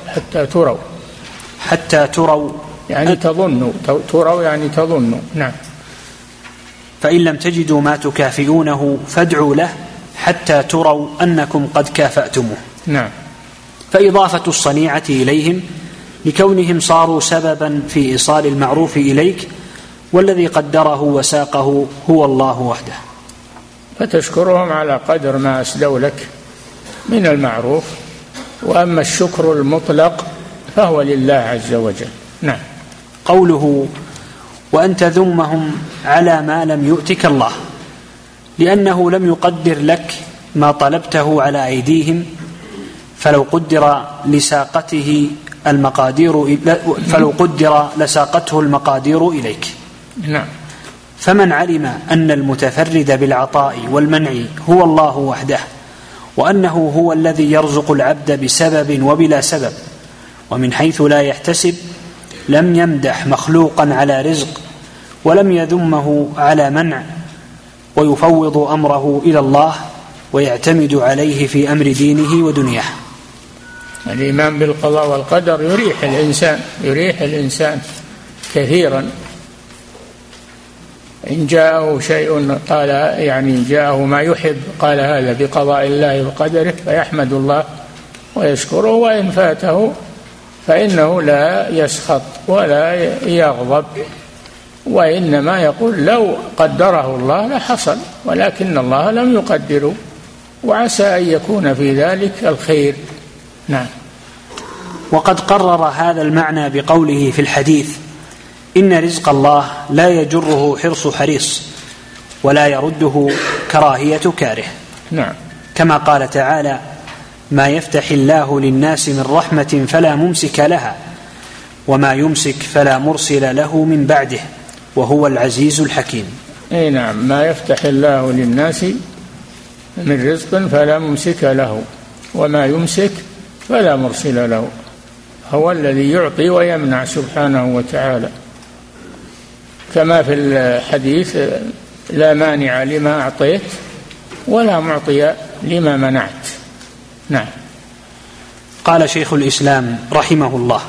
[SPEAKER 1] حتى تروا
[SPEAKER 2] يعني تظنوا، تروا يعني تظنوا. نعم.
[SPEAKER 1] فإن لم تجدوا ما تكافئونه فادعوا له حتى تروا أنكم قد كافأتموه.
[SPEAKER 2] نعم.
[SPEAKER 1] فإضافة الصنيعة إليهم لكونهم صاروا سببا في إيصال المعروف إليك، والذي قدره وساقه هو الله وحده.
[SPEAKER 2] فتشكرهم على قدر ما أسدوا لك من المعروف، وأما الشكر المطلق فهو لله عز وجل. نعم.
[SPEAKER 1] قوله وأن تذمهم على ما لم يؤتك الله، لأنه لم يقدر لك ما طلبته على أيديهم، فلو قدر لساقته المقادير إليك.
[SPEAKER 2] نعم.
[SPEAKER 1] فمن علم أن المتفرد بالعطاء والمنع هو الله وحده، وأنه هو الذي يرزق العبد بسبب وبلا سبب ومن حيث لا يحتسب، لم يمدح مخلوقا على رزق ولم يذمه على منع، ويفوض أمره إلى الله ويعتمد عليه في أمر دينه ودنياه.
[SPEAKER 2] الإيمان بالقضاء والقدر يريح الإنسان كثيرا. إن جاءه شيء قال يعني جاءه ما يحب قال هذا بقضاء الله وقدره فيحمد الله ويشكره، وإن فاته فإنه لا يسخط ولا يغضب، وإنما يقول لو قدره الله لحصل، ولكن الله لم يقدره، وعسى أن يكون في ذلك الخير. نعم.
[SPEAKER 1] وقد قرر هذا المعنى بقوله في الحديث إن رزق الله لا يجره حرص حريص ولا يرده كراهية كاره.
[SPEAKER 2] نعم.
[SPEAKER 1] كما قال تعالى ما يفتح الله للناس من رحمة فلا ممسك لها وما يمسك فلا مرسل له من بعده وهو العزيز الحكيم.
[SPEAKER 2] أي نعم. ما يفتح الله للناس من رزق فلا ممسك له وما يمسك فلا مرسل له، هو الذي يعطي ويمنع سبحانه وتعالى، كما في الحديث لا مانع لما أعطيت ولا معطي لما منعت. نعم.
[SPEAKER 1] قال شيخ الإسلام رحمه الله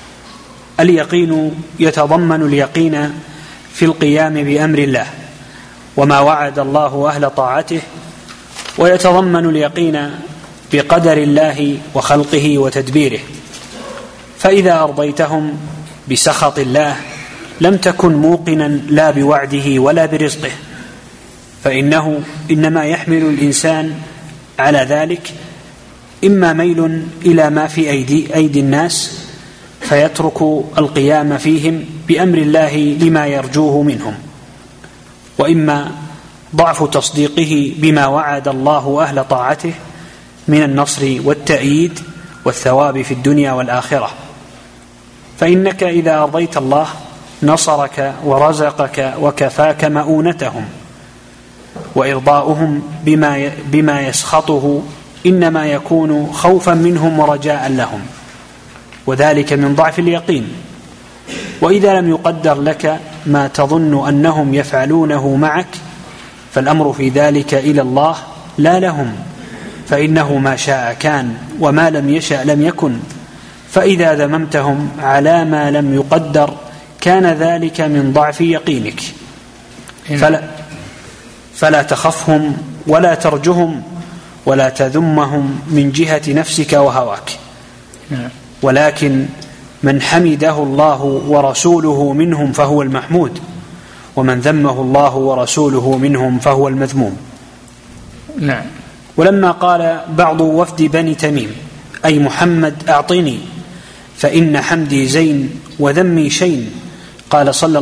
[SPEAKER 1] اليقين يتضمن اليقين في القيام بأمر الله وما وعد الله أهل طاعته، ويتضمن اليقين بقدر الله وخلقه وتدبيره، فإذا أرضيتهم بسخط الله لم تكن موقنا لا بوعده ولا برزقه، فإنه إنما يحمل الإنسان على ذلك إما ميل إلى ما في أيدي الناس فيترك القيام فيهم بأمر الله لما يرجوه منهم، وإما ضعف تصديقه بما وعد الله أهل طاعته من النصر والتأييد والثواب في الدنيا والآخرة. فإنك إذا أرضيت الله نصرك ورزقك وكفاك مؤونتهم، وإرضاؤهم بما يسخطه إنما يكون خوفا منهم ورجاء لهم، وذلك من ضعف اليقين. وإذا لم يقدر لك ما تظن أنهم يفعلونه معك فالأمر في ذلك إلى الله لا لهم، فإنه ما شاء كان وما لم يشأ لم يكن، فإذا ذممتهم على ما لم يقدر كان ذلك من ضعف يقينك، فلا تخفهم ولا ترجهم ولا تذمهم من جهة نفسك وهواك، ولكن من حمده الله ورسوله منهم فهو المحمود، ومن ذمه الله ورسوله منهم فهو المذموم.
[SPEAKER 2] نعم.
[SPEAKER 1] ولما قال بعض وفد بني تميم أي محمد أعطني فإن حمدي زين وذمي شين، قال صلى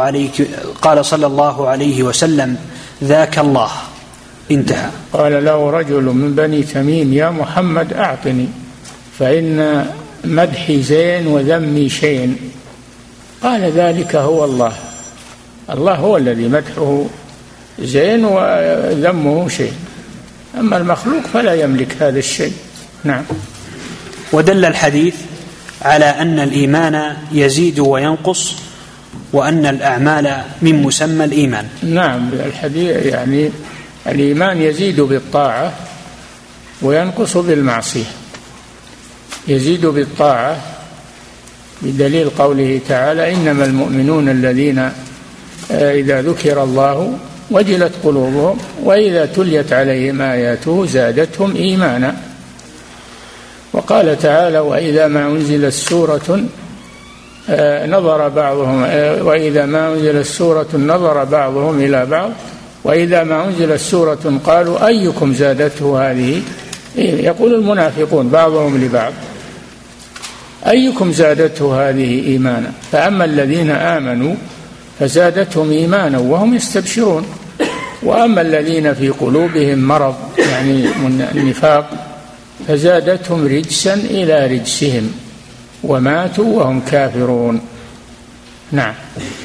[SPEAKER 1] الله عليه وسلم ذاك الله، انتهى.
[SPEAKER 2] قال له رجل من بني تميم يا محمد أعطني فإن مدحي زين وذمي شين، قال ذلك هو الله، الله هو الذي مدحه زين وذمه شين، أما المخلوق فلا يملك هذا الشيء. نعم.
[SPEAKER 1] ودل الحديث على أن الإيمان يزيد وينقص، وأن الأعمال من مسمى الإيمان.
[SPEAKER 2] نعم، الحديث يعني الإيمان يزيد بالطاعة وينقص بالمعصية. يزيد بالطاعة بدليل قوله تعالى إنما المؤمنون الذين إذا ذكر الله وجلت قلوبهم وإذا تليت عليهم آياته زادتهم إيمانا. وقال تعالى وإذا ما أنزلت سورة نظر بعضهم وإذا ما أنزلت سورة نظر بعضهم إلى بعض وإذا ما أنزلت سورة قالوا أيكم زادته هذه، يقول المنافقون بعضهم لبعض أيكم زادته هذه إيمانا، فأما الذين آمنوا فزادتهم إيمانا وهم يستبشرون، وأما الذين في قلوبهم مرض يعني النفاق فزادتهم رجسا إلى رجسهم وماتوا وهم كافرون. نعم.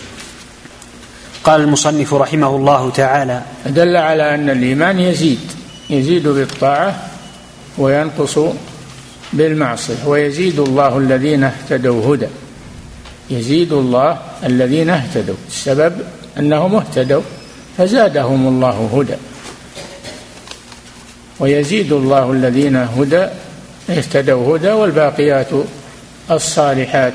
[SPEAKER 1] قال المصنف رحمه الله تعالى
[SPEAKER 2] دل على أن الإيمان يزيد بالطاعة وينقص بالمعصية، ويزيد الله الذين اهتدوا هدى، يزيد الله الذين اهتدوا، السبب أنهم اهتدوا فزادهم الله هدى، ويزيد الله الذين اهتدوا هدى والباقيات الصالحات.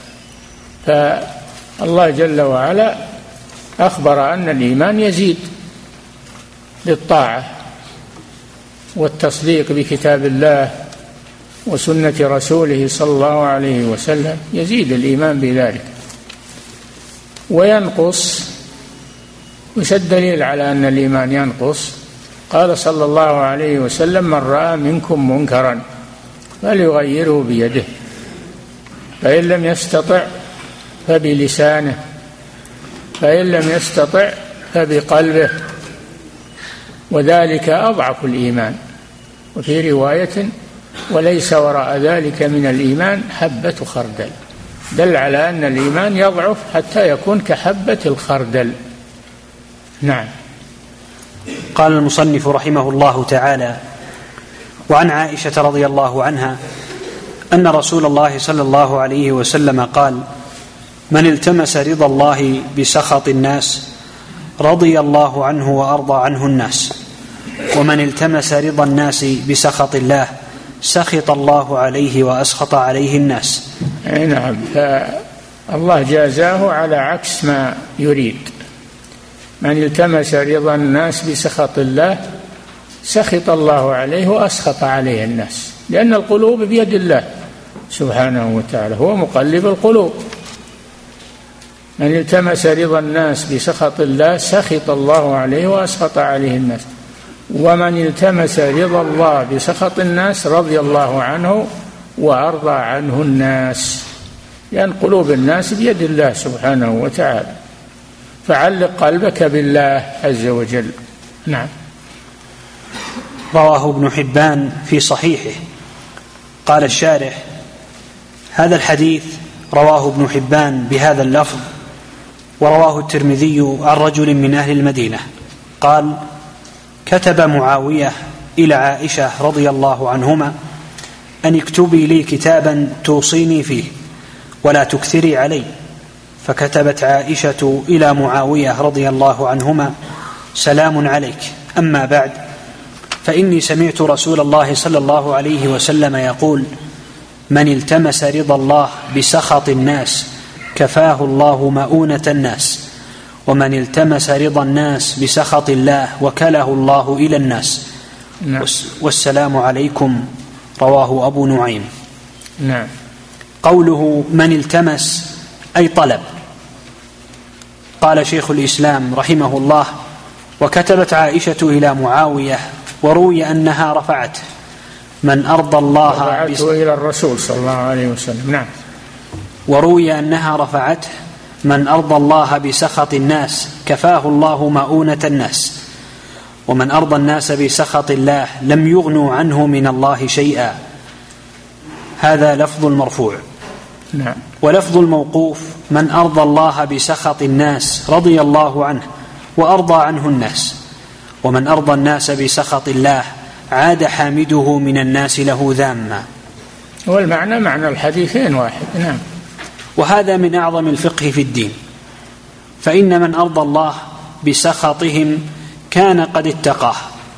[SPEAKER 2] فالله جل وعلا أخبر أن الإيمان يزيد بالطاعة والتصديق بكتاب الله وسنة رسوله صلى الله عليه وسلم، يزيد الإيمان بذلك. وينقص، وش الدليل على أن الإيمان ينقص؟ قال صلى الله عليه وسلم من رأى منكم منكرا فليغيره بيده، فإن لم يستطع فبلسانه، فإن لم يستطع فبقلبه، وذلك أضعف الإيمان. وفي رواية وليس وراء ذلك من الإيمان حبة خردل، دل على أن الإيمان يضعف حتى يكون كحبة الخردل. نعم.
[SPEAKER 1] قال المصنف رحمه الله تعالى وعن عائشة رضي الله عنها أن رسول الله صلى الله عليه وسلم قال من التمس رضا الله بسخط الناس رضي الله عنه وأرضى عنه الناس، ومن التمس رضا الناس بسخط الله سخط الله عليه وأسخط عليه الناس.
[SPEAKER 2] نعم، فالله جازاه على عكس ما يريد. من التمس رضا الناس بسخط الله سخط الله عليه وأسخط عليه الناس، لأن القلوب بيد الله سبحانه وتعالى، هو مقلب القلوب. من التمس رضا الناس بسخط الله سخط الله عليه وأسخط عليه الناس، ومن التمس رضا الله بسخط الناس رضي الله عنه وأرضى عنه الناس، لأن قلوب الناس بيد الله سبحانه وتعالى، فعلق قلبك بالله عز وجل. نعم.
[SPEAKER 1] رواه ابن حبان في صحيحه. قال الشارح هذا الحديث رواه ابن حبان بهذا اللفظ، ورواه الترمذي عن رجل من أهل المدينة قال كتب معاوية إلى عائشة رضي الله عنهما أن اكتبي لي كتابا توصيني فيه ولا تكثري علي، فكتبت عائشة إلى معاوية رضي الله عنهما سلام عليك، أما بعد فإني سمعت رسول الله صلى الله عليه وسلم يقول: من التمس رضا الله بسخط الناس كفاه الله مؤونة الناس، ومن التمس رضا الناس بسخط الله وكله الله إلى الناس. والسلام عليكم. رواه أبو نعيم.
[SPEAKER 2] نعم.
[SPEAKER 1] قوله من التمس أي طلب. قال شيخ الإسلام رحمه الله: وكتبت عائشة إلى معاوية وروي أنها رفعته: من أرضى الله
[SPEAKER 2] إلى الرسول صلى الله عليه وسلم. نعم.
[SPEAKER 1] وروي أنها رفعته: من أرضى الله بسخط الناس كفاه الله مؤونة الناس، ومن أرضى الناس بسخط الله لم يغنوا عنه من الله شيئا. هذا لفظ المرفوع.
[SPEAKER 2] نعم.
[SPEAKER 1] ولفظ الموقوف: من أرضى الله بسخط الناس رضي الله عنه وأرضى عنه الناس، ومن أرضى الناس بسخط الله عاد حامده من الناس له ذاما.
[SPEAKER 2] والمعنى معنى الحديثين واحد. نعم.
[SPEAKER 1] وهذا من أعظم الفقه في الدين، فإن من أرضى الله بسخطهم كان قد اتقاه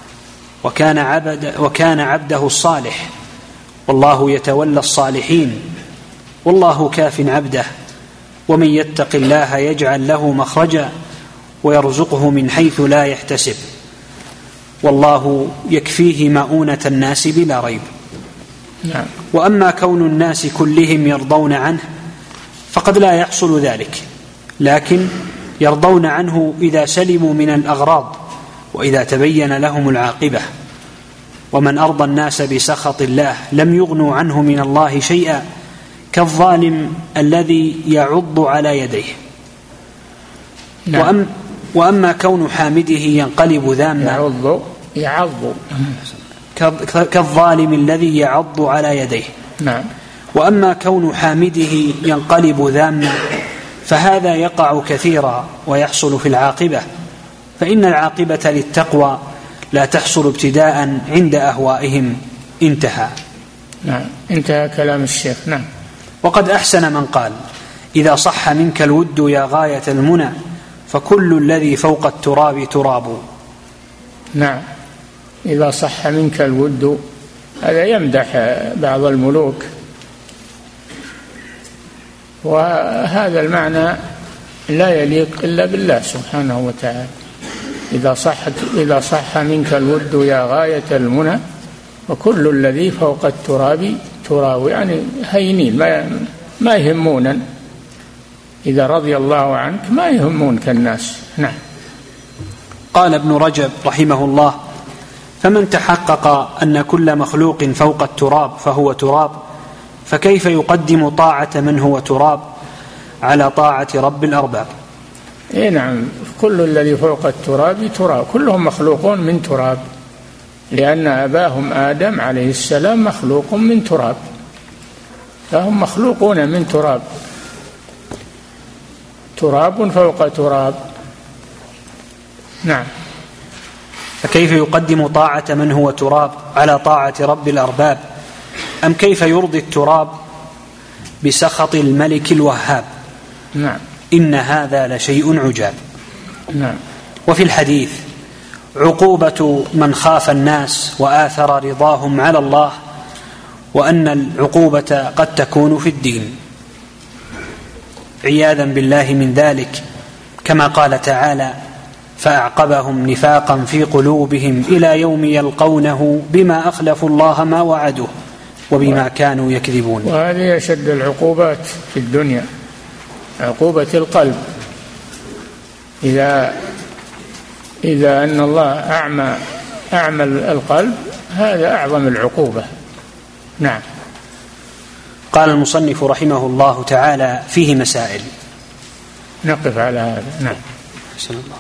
[SPEAKER 1] وكان عبده الصالح، والله يتولى الصالحين، والله كاف عبده، ومن يتق الله يجعل له مخرجا ويرزقه من حيث لا يحتسب، والله يكفيه مؤونة الناس بلا ريب.
[SPEAKER 2] نعم.
[SPEAKER 1] وأما كون الناس كلهم يرضون عنه فقد لا يحصل ذلك، لكن يرضون عنه إذا سلموا من الأغراض وإذا تبين لهم العاقبة. ومن أرضى الناس بسخط الله لم يغنوا عنه من الله شيئا، كالظالم الذي يعض على يديه.
[SPEAKER 2] نعم.
[SPEAKER 1] وأما كون حامده ينقلب ذاما،
[SPEAKER 2] يعض
[SPEAKER 1] كالظالم الذي يعض على يديه.
[SPEAKER 2] نعم.
[SPEAKER 1] وأما كون حامده ينقلب ذاما فهذا يقع كثيرا ويحصل في العاقبة، فإن العاقبة للتقوى لا تحصل ابتداء عند أهوائهم. انتهى.
[SPEAKER 2] نعم. انتهى كلام الشيخ. نعم.
[SPEAKER 1] وقد أحسن من قال: إذا صح منك الود يا غاية المنى فكل الذي فوق التراب تراب.
[SPEAKER 2] نعم. إذا صح منك الود، هذا يمدح بعض الملوك، وهذا المعنى لا يليق إلا بالله سبحانه وتعالى. إذا صح منك الود يا غاية المنى وكل الذي فوق التراب تراب، يعني هينين ما يهمون. إذا رضي الله عنك ما يهمونك الناس. نعم.
[SPEAKER 1] قال ابن رجب رحمه الله: فمن تحقق أن كل مخلوق فوق التراب فهو تراب، فكيف يقدم طاعة من هو تراب على طاعة رب الأرباب؟
[SPEAKER 2] نعم. كل الذي فوق التراب تراب، كلهم مخلوقون من تراب، لأن أباهم آدم عليه السلام مخلوق من تراب، فهم مخلوقون من تراب، تراب فوق تراب. نعم.
[SPEAKER 1] فكيف يقدم طاعة من هو تراب على طاعة رب الأرباب؟ أم كيف يرضي التراب بسخط الملك الوهاب؟
[SPEAKER 2] نعم.
[SPEAKER 1] إن هذا لشيء عجاب.
[SPEAKER 2] نعم.
[SPEAKER 1] وفي الحديث: عقوبة من خاف الناس وآثر رضاهم على الله، وأن العقوبة قد تكون في الدين، عياذا بالله من ذلك، كما قال تعالى: فأعقبهم نفاقا في قلوبهم إلى يوم يلقونه بما أخلفوا الله ما وعدوه وبما كانوا يكذبون.
[SPEAKER 2] وهذه أشد العقوبات في الدنيا، عقوبة القلب. إذا أن الله أعمى القلب، هذا أعظم العقوبة. نعم.
[SPEAKER 1] قال المصنف رحمه الله تعالى: فيه مسائل.
[SPEAKER 2] نقف على هذا. نعم.
[SPEAKER 1] أحسن الله.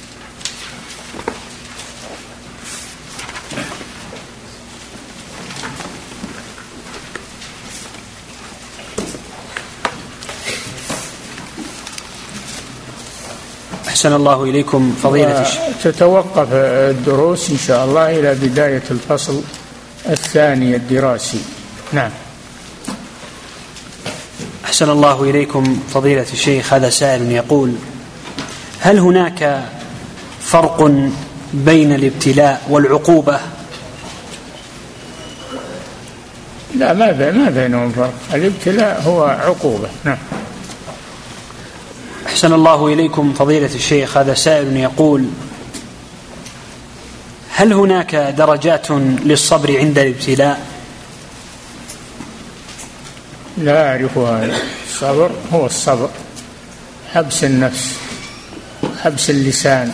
[SPEAKER 1] أحسن الله إليكم فضيلة الشيخ.
[SPEAKER 2] تتوقف الدروس إن شاء الله إلى بداية الفصل الثاني الدراسي. نعم.
[SPEAKER 1] أحسن الله إليكم فضيلة الشيخ. هذا سائل يقول: هل هناك فرق بين الابتلاء والعقوبة
[SPEAKER 2] لا، ما بينهم فرق، الابتلاء هو عقوبة. نعم.
[SPEAKER 1] أحسن الله إليكم فضيلة الشيخ، هذا سائل يقول: هل هناك درجات للصبر عند الابتلاء؟
[SPEAKER 2] لا أعرف هذا. الصبر هو الصبر، حبس النفس، حبس اللسان،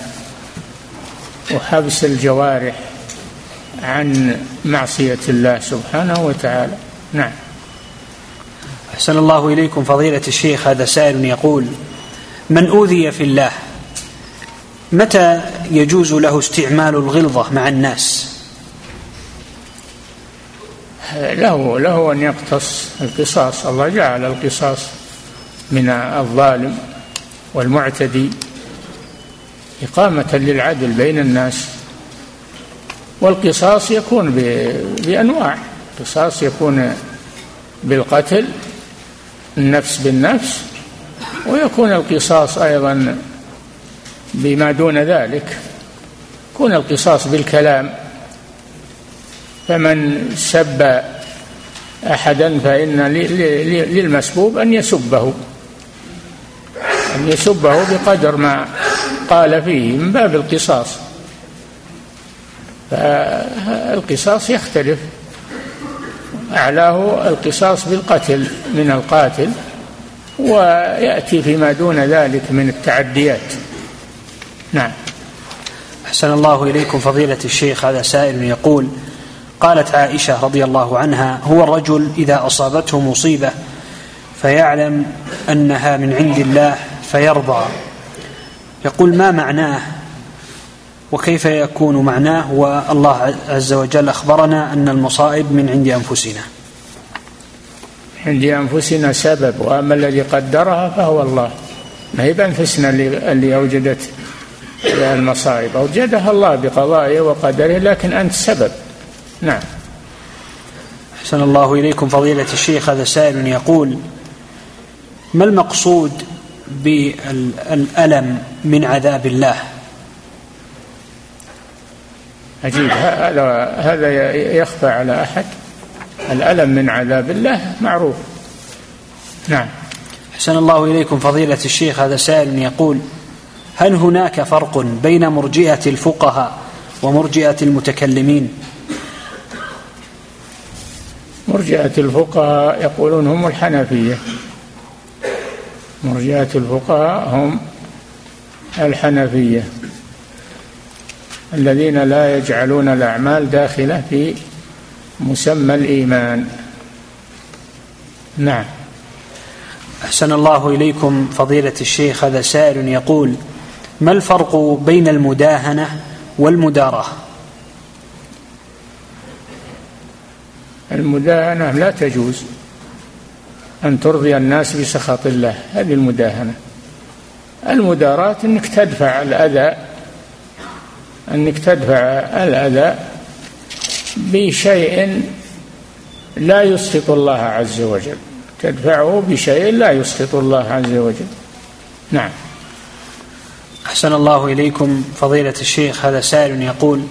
[SPEAKER 2] وحبس الجوارح عن معصية الله سبحانه وتعالى. نعم.
[SPEAKER 1] أحسن الله إليكم فضيلة الشيخ، هذا سائل يقول: من أوذي في الله متى يجوز له استعمال الغلظة مع الناس؟
[SPEAKER 2] له أن يقتص القصاص. الله جعل القصاص من الظالم والمعتدي إقامة للعدل بين الناس. والقصاص يكون بأنواع. القصاص يكون بالقتل، النفس بالنفس، ويكون القصاص أيضا بما دون ذلك. يكون القصاص بالكلام، فمن سب أحدا فإن للمسبوب أن يسبه بقدر ما قال فيه من باب القصاص. فالقصاص يختلف، أعلاه القصاص بالقتل من القاتل، ويأتي فيما دون ذلك من التعديات. نعم.
[SPEAKER 1] أحسن الله إليكم فضيلة الشيخ، هذا سائل يقول: قالت عائشة رضي الله عنها: هو الرجل إذا أصابته مصيبة فيعلم أنها من عند الله فيرضى. يقول: ما معناه وكيف يكون معناه والله عز وجل أخبرنا أن المصائب من عند أنفسنا؟
[SPEAKER 2] عند أنفسنا سبب، وأما الذي قدرها فهو الله. ما هي بأنفسنا اللي أوجدت المصائب، أوجدها الله بقضائه وقدره، لكن أنت سبب. نعم.
[SPEAKER 1] أحسن الله إليكم فضيلة الشيخ، هذا سائل يقول: ما المقصود بالألم من عذاب الله؟
[SPEAKER 2] عجيب، هذا يخفى على أحد؟ الألم من عذاب الله معروف. نعم.
[SPEAKER 1] أحسن الله إليكم فضيلة الشيخ، هذا سائل يقول: هل هناك فرق بين مرجئة الفقهاء ومرجئة المتكلمين؟
[SPEAKER 2] مرجئة الفقهاء يقولون هم الحنفية. مرجئة الفقهاء هم الحنفية الذين لا يجعلون الأعمال داخلة في مسمى الإيمان. نعم.
[SPEAKER 1] أحسن الله إليكم فضيلة الشيخ، هذا سائل يقول: ما الفرق بين المداهنة والمداراة؟
[SPEAKER 2] المداهنة لا تجوز، أن ترضي الناس بسخط الله، هذه المداهنة. المداراة أنك تدفع الأذى بشيء لا يسخط الله عز وجل، تدفعه بشيء لا يسخط الله عز وجل. نعم.
[SPEAKER 1] أحسن الله إليكم فضيلة الشيخ، هذا سائل يقول: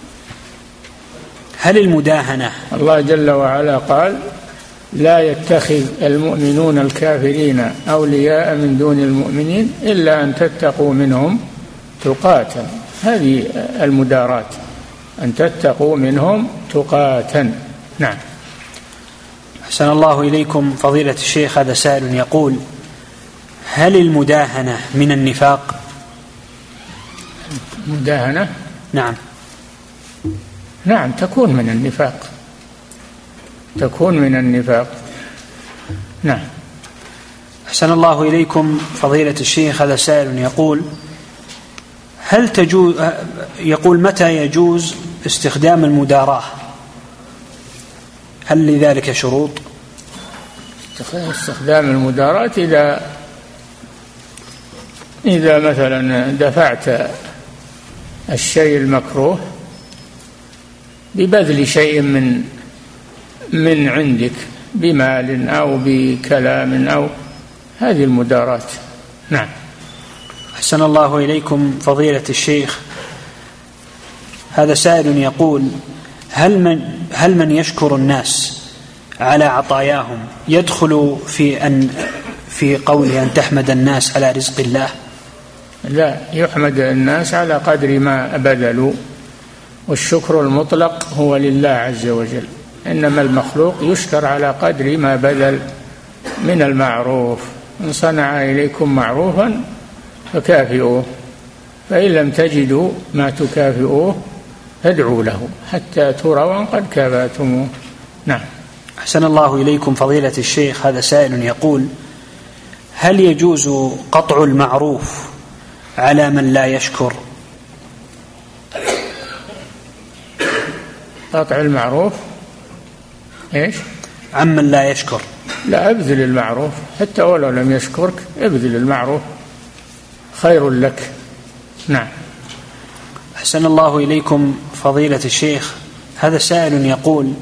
[SPEAKER 1] هل المداهنة،
[SPEAKER 2] الله جل وعلا قال: لا يتخذ المؤمنون الكافرين أولياء من دون المؤمنين إلا أن تتقوا منهم تقاتا. هذه المدارات، أن تتقوا منهم تقاتا. نعم.
[SPEAKER 1] أحسن الله إليكم فضيلة الشيخ، هذا سائل يقول: هل المداهنة من النفاق؟
[SPEAKER 2] مداهنة؟
[SPEAKER 1] نعم
[SPEAKER 2] تكون من النفاق. نعم.
[SPEAKER 1] أحسن الله إليكم فضيلة الشيخ، هذا سائل يقول: متى يجوز استخدام المداراة؟ هل لذلك شروط؟
[SPEAKER 2] استخدام المداراة إذا مثلا دفعت الشيء المكروه ببذل شيء من عندك، بمال أو بكلام، أو هذه المداراة. نعم.
[SPEAKER 1] أحسن الله إليكم فضيلة الشيخ، هذا سائل يقول: هل من يشكر الناس على عطاياهم يدخل في قوله أن تحمد الناس على رزق الله؟
[SPEAKER 2] لا، يحمد الناس على قدر ما بذلوا، والشكر المطلق هو لله عز وجل، إنما المخلوق يشكر على قدر ما بذل من المعروف. إن صنع إليكم معروفا فكافئوه، فإن لم تجدوا ما تكافئوه فادعوا له حتى تروا قد كافأتموه. نعم.
[SPEAKER 1] أحسن الله إليكم فضيلة الشيخ، هذا سائل يقول: هل يجوز قطع المعروف على من لا يشكر؟
[SPEAKER 2] قطع المعروف إيش؟
[SPEAKER 1] عمن لا يشكر.
[SPEAKER 2] لا، ابذل المعروف حتى ولو لم يشكرك، ابذل المعروف خير لك. نعم.
[SPEAKER 1] أحسن الله إليكم فضيلة الشيخ، هذا سائل يقول: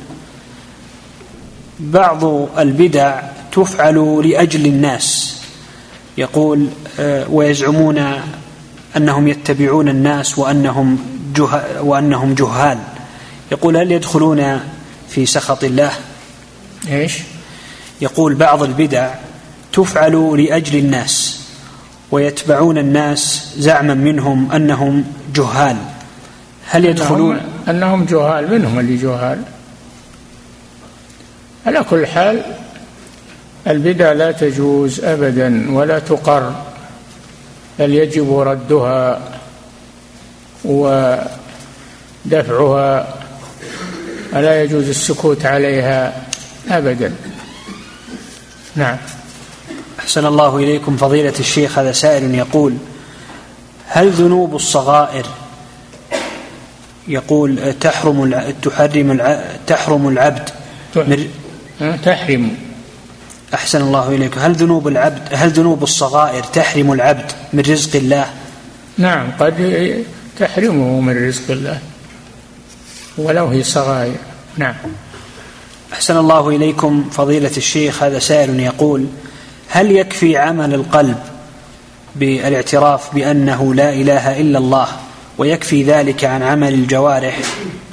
[SPEAKER 1] بعض البدع تفعل لأجل الناس، يقول ويزعمون أنهم يتبعون الناس وأنهم جهال، يقول: هل يدخلون في سخط الله؟
[SPEAKER 2] إيش؟
[SPEAKER 1] يقول: بعض البدع تفعل لأجل الناس ويتبعون الناس زعما منهم أنهم جهال، هل يدخلون؟
[SPEAKER 2] أنهم جهال، منهم اللي جهال. على كل حال البدع لا تجوز أبدا ولا تقر، بل يجب ردها ودفعها، ولا يجوز السكوت عليها أبدا. نعم.
[SPEAKER 1] أحسن الله إليكم فضيلة الشيخ، هذا سائل يقول: هل ذنوب الصغائر يقول تحرم العبد
[SPEAKER 2] تحرم.
[SPEAKER 1] أحسن الله إليكم، هل ذنوب الصغائر تحرم العبد من رزق الله؟
[SPEAKER 2] نعم، قد تحرمه من رزق الله ولو هي صغائر. نعم.
[SPEAKER 1] أحسن الله إليكم فضيلة الشيخ، هذا سائل يقول: هل يكفي عمل القلب بالاعتراف بأنه لا إله إلا الله ويكفي ذلك عن عمل الجوارح؟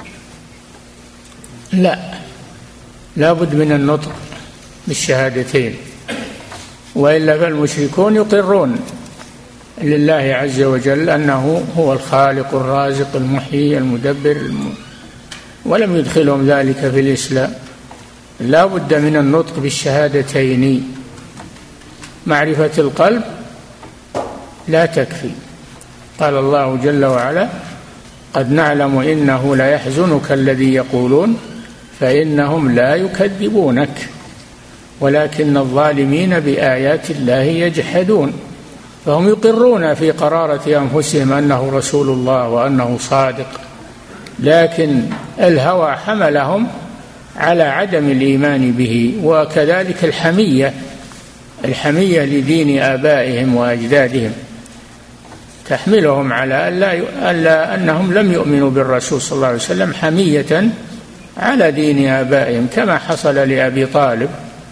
[SPEAKER 1] لا
[SPEAKER 2] بد من النطق بالشهادتين، وإلا فالمشركون يقرون لله عز وجل أنه هو الخالق الرازق المحيي المدبر ولم يدخلهم ذلك في الإسلام. لا بد من النطق بالشهادتين، معرفة القلب لا تكفي. قال الله جل وعلا: قد نعلم إنه ليحزنك الذي يقولون فإنهم لا يكذبونك ولكن الظالمين بآيات الله يجحدون. فهم يقرون في قرارة أنفسهم أنه رسول الله وأنه صادق، لكن الهوى حملهم على عدم الإيمان به، وكذلك الحمية لدين آبائهم وأجدادهم تحملهم على أنهم لم يؤمنوا بالرسول صلى الله عليه وسلم حمية على دين آبائهم، كما حصل لأبي طالب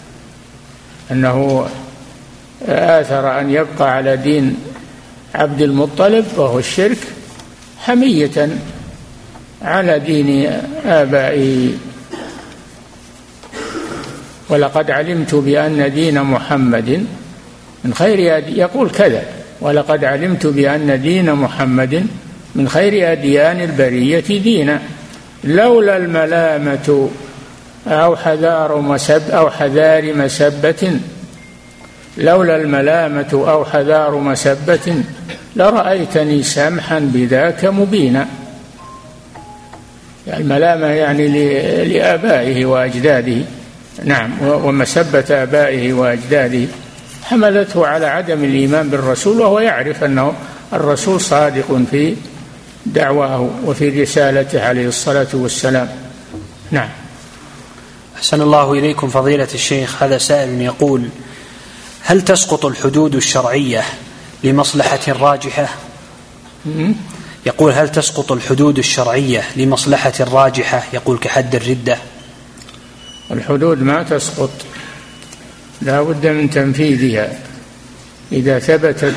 [SPEAKER 2] أنه آثر أن يبقى على دين عبد المطلب وهو الشرك حمية على دين آبائه. ولقد علمت بأن دين محمد من خير يقول كذا: ولقد علمت بأن دين محمد من خير أديان البرية دينا لولا الملامة أو حذار مسبة لولا الملامة أو حذار مسبة لرأيتني سمحا بذاك مبينا. الملامة يعني لآبائه وأجداده، نعم، ومسبة آبائه وأجداده حملته على عدم الإيمان بالرسول، وهو يعرف أنه الرسول صادق في دعواه وفي رسالته عليه الصلاة والسلام. نعم.
[SPEAKER 1] أحسن الله إليكم فضيلة الشيخ، هذا سائل يقول: هل تسقط الحدود الشرعية لمصلحة راجحة؟ يقول: هل تسقط الحدود الشرعية لمصلحة راجحة؟ يقول كحد الردة.
[SPEAKER 2] الحدود ما تسقط، لا بد من تنفيذها. إذا ثبتت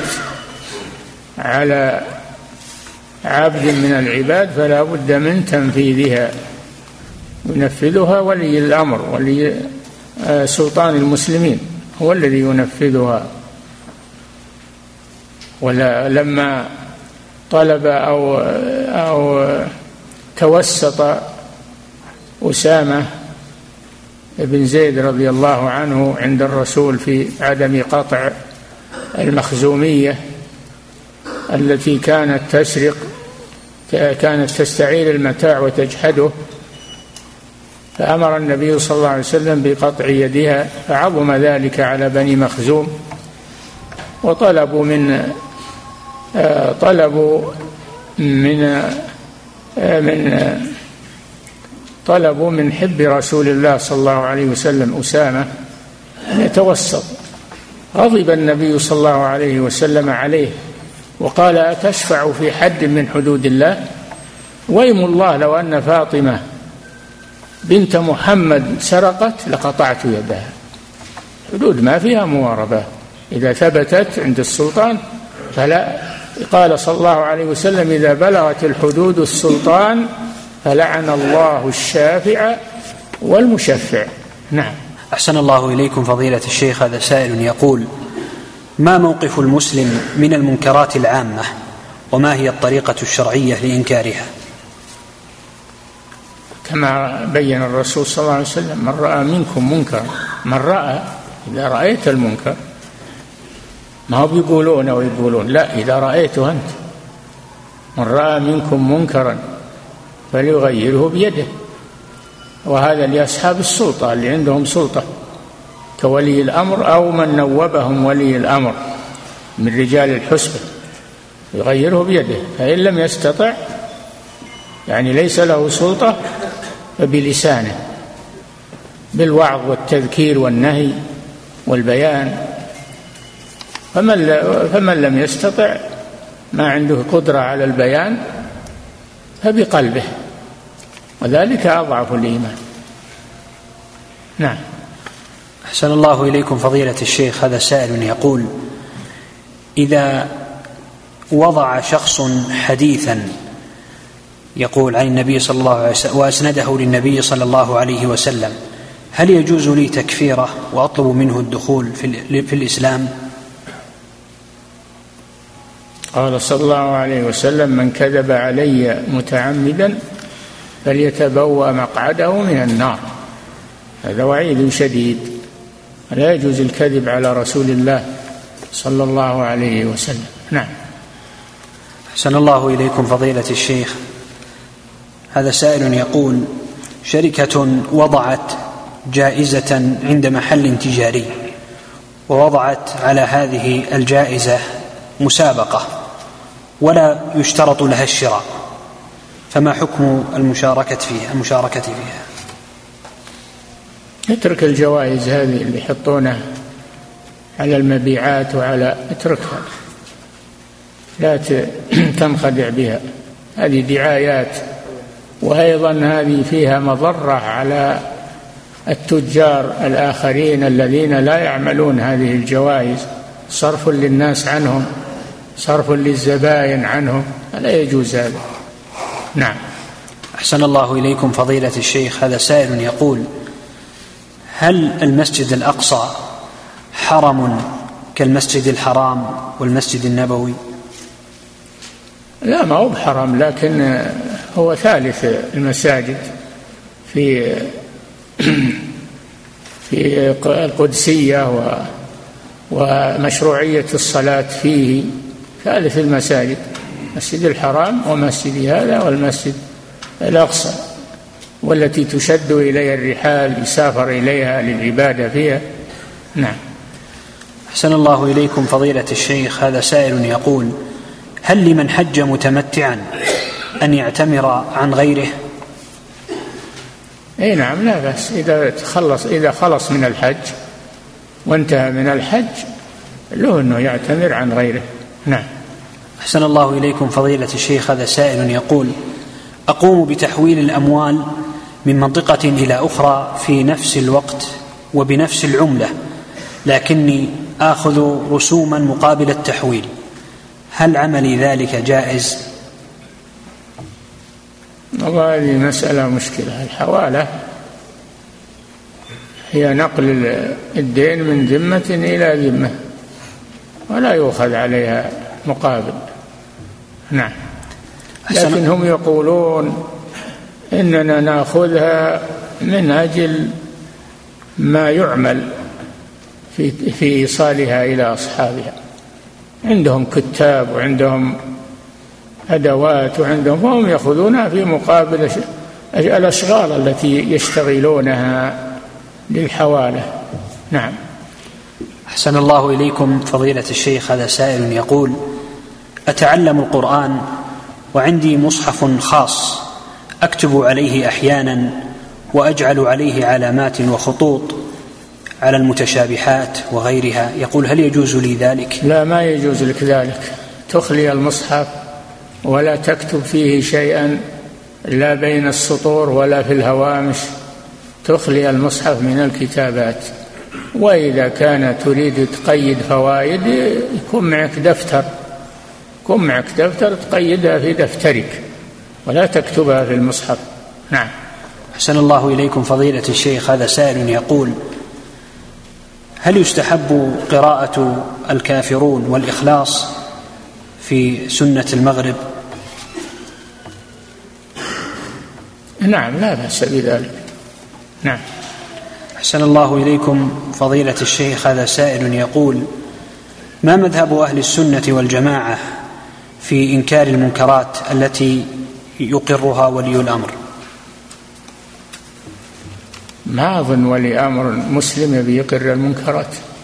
[SPEAKER 2] على عبد من العباد فلا بد من تنفيذها، ينفذها ولي الأمر، ولي سلطان المسلمين، هو الذي ينفذها. ولما طلب أو توسط أسامة بن زيد رضي الله عنه عند الرسول في عدم قطع المخزومية التي كانت تستعير المتاع وتجحده، فأمر النبي صلى الله عليه وسلم بقطع يدها، فعظم ذلك على بني مخزوم، وطلبوا من حب رسول الله صلى الله عليه وسلم أسامة أن يتوسط. غضب النبي صلى الله عليه وسلم عليه وقال: أتشفع في حد من حدود الله؟ ويم الله لو أن فاطمة بنت محمد سرقت لقطعت يدها. حدود ما فيها مواربة، إذا ثبتت عند السلطان فلا. قال صلى الله عليه وسلم: إذا بلغت الحدود السلطان فلعن الله الشافع والمشفع. نعم.
[SPEAKER 1] أحسن الله إليكم فضيلة الشيخ. هذا سائل يقول: ما موقف المسلم من المنكرات العامة، وما هي الطريقة الشرعية لإنكارها؟
[SPEAKER 2] كما بين الرسول صلى الله عليه وسلم: من رأى منكم منكرا، من رأى، إذا رأيت المنكر، ما هو بيقولون لا، إذا رأيته أنت. من رأى منكم منكرا فليغيره بيده، وهذا لأصحاب السلطة اللي عندهم سلطة كولي الأمر أو من نوبهم ولي الأمر من رجال الحسبة، يغيره بيده. فإن لم يستطع، يعني ليس له سلطة، فبلسانه بالوعظ والتذكير والنهي والبيان. فمن لم يستطع، ما عنده قدرة على البيان، فبقلبه، وذلك أضعف الإيمان. نعم.
[SPEAKER 1] أحسن الله إليكم فضيلة الشيخ. هذا سائل يقول: إذا وضع شخص حديثا يقول عن النبي صلى الله عليه وسلم وأسنده للنبي صلى الله عليه وسلم، هل يجوز لي تكفيره وأطلب منه الدخول في الإسلام؟
[SPEAKER 2] قال صلى الله عليه وسلم: من كذب علي متعمدا فليتبوأ مقعده من النار. هذا وعيد شديد، لا يجوز الكذب على رسول الله صلى الله عليه وسلم. نعم.
[SPEAKER 1] أحسن الله إليكم فضيلة الشيخ. هذا سائل يقول: شركة وضعت جائزة عند محل تجاري، ووضعت على هذه الجائزة مسابقة ولا يشترط لها الشراء، فما حكم المشاركة فيها؟
[SPEAKER 2] اترك الجوائز هذه اللي يحطونها على المبيعات اتركها، لا تنخدع بها، هذه دعايات، وأيضا هذه فيها مضرة على التجار الآخرين الذين لا يعملون هذه الجوائز، صرف للناس عنهم، صرف للزبائن عنهم، لا يجوز هذا. نعم.
[SPEAKER 1] أحسن الله إليكم فضيلة الشيخ. هذا سائل يقول: هل المسجد الأقصى حرم كالمسجد الحرام والمسجد النبوي؟
[SPEAKER 2] لا، ما هو بحرم، لكن هو ثالث المساجد في القدسية ومشروعية الصلاة فيه، ثالث المساجد، مسجد الحرام ومسجد هذا والمسجد الأقصى، والتي تشد إليها الرحال يسافر إليها للعبادة فيها. نعم.
[SPEAKER 1] أحسن الله إليكم فضيلة الشيخ. هذا سائل يقول: هل لمن حج متمتعا أن يعتمر عن غيره؟
[SPEAKER 2] أي نعم، لا بأس، إذا خلص من الحج وانتهى من الحج له أنه يعتمر عن غيره. نعم.
[SPEAKER 1] أحسن الله إليكم فضيلة الشيخ. هذا سائل يقول: أقوم بتحويل الأموال من منطقة إلى أخرى في نفس الوقت وبنفس العملة، لكني آخذ رسوما مقابل التحويل، هل عملي ذلك جائز؟
[SPEAKER 2] والله هذه مسألة مشكلة. هي نقل الدين من ذمة إلى ذمة ولا يؤخذ عليها مقابل. نعم. لكن هم يقولون إننا نأخذها من أجل ما يعمل في إيصالها إلى أصحابها. عندهم كتاب وعندهم أدوات وعندهم، وهم يأخذونها في مقابل الأشغال التي يشتغلونها للحوالة. نعم.
[SPEAKER 1] أحسن الله إليكم فضيلة الشيخ. هذا سائل يقول: أتعلم القرآن وعندي مصحف خاص أكتب عليه أحيانا وأجعل عليه علامات وخطوط على المتشابهات وغيرها، يقول: هل يجوز لي ذلك؟
[SPEAKER 2] لا، ما يجوز لك ذلك. تخلي المصحف ولا تكتب فيه شيئا، لا بين السطور ولا في الهوامش، تخلي المصحف من الكتابات. وإذا كان تريد تقيد فوائد يكون معك دفتر تقيدها في دفترك ولا تكتبها في المصحف. نعم.
[SPEAKER 1] أحسن الله إليكم فضيلة الشيخ. هذا سائل يقول: هل يستحب قراءة الكافرون والإخلاص في سنة المغرب؟
[SPEAKER 2] نعم، لا بأس بذلك. نعم.
[SPEAKER 1] أحسن الله إليكم فضيلة الشيخ. هذا سائل يقول: ما مذهب أهل السنة والجماعة في إنكار المنكرات التي يقرها ولي الأمر؟
[SPEAKER 2] ما أظن ولي أمر مسلم يبي يقر المنكرات.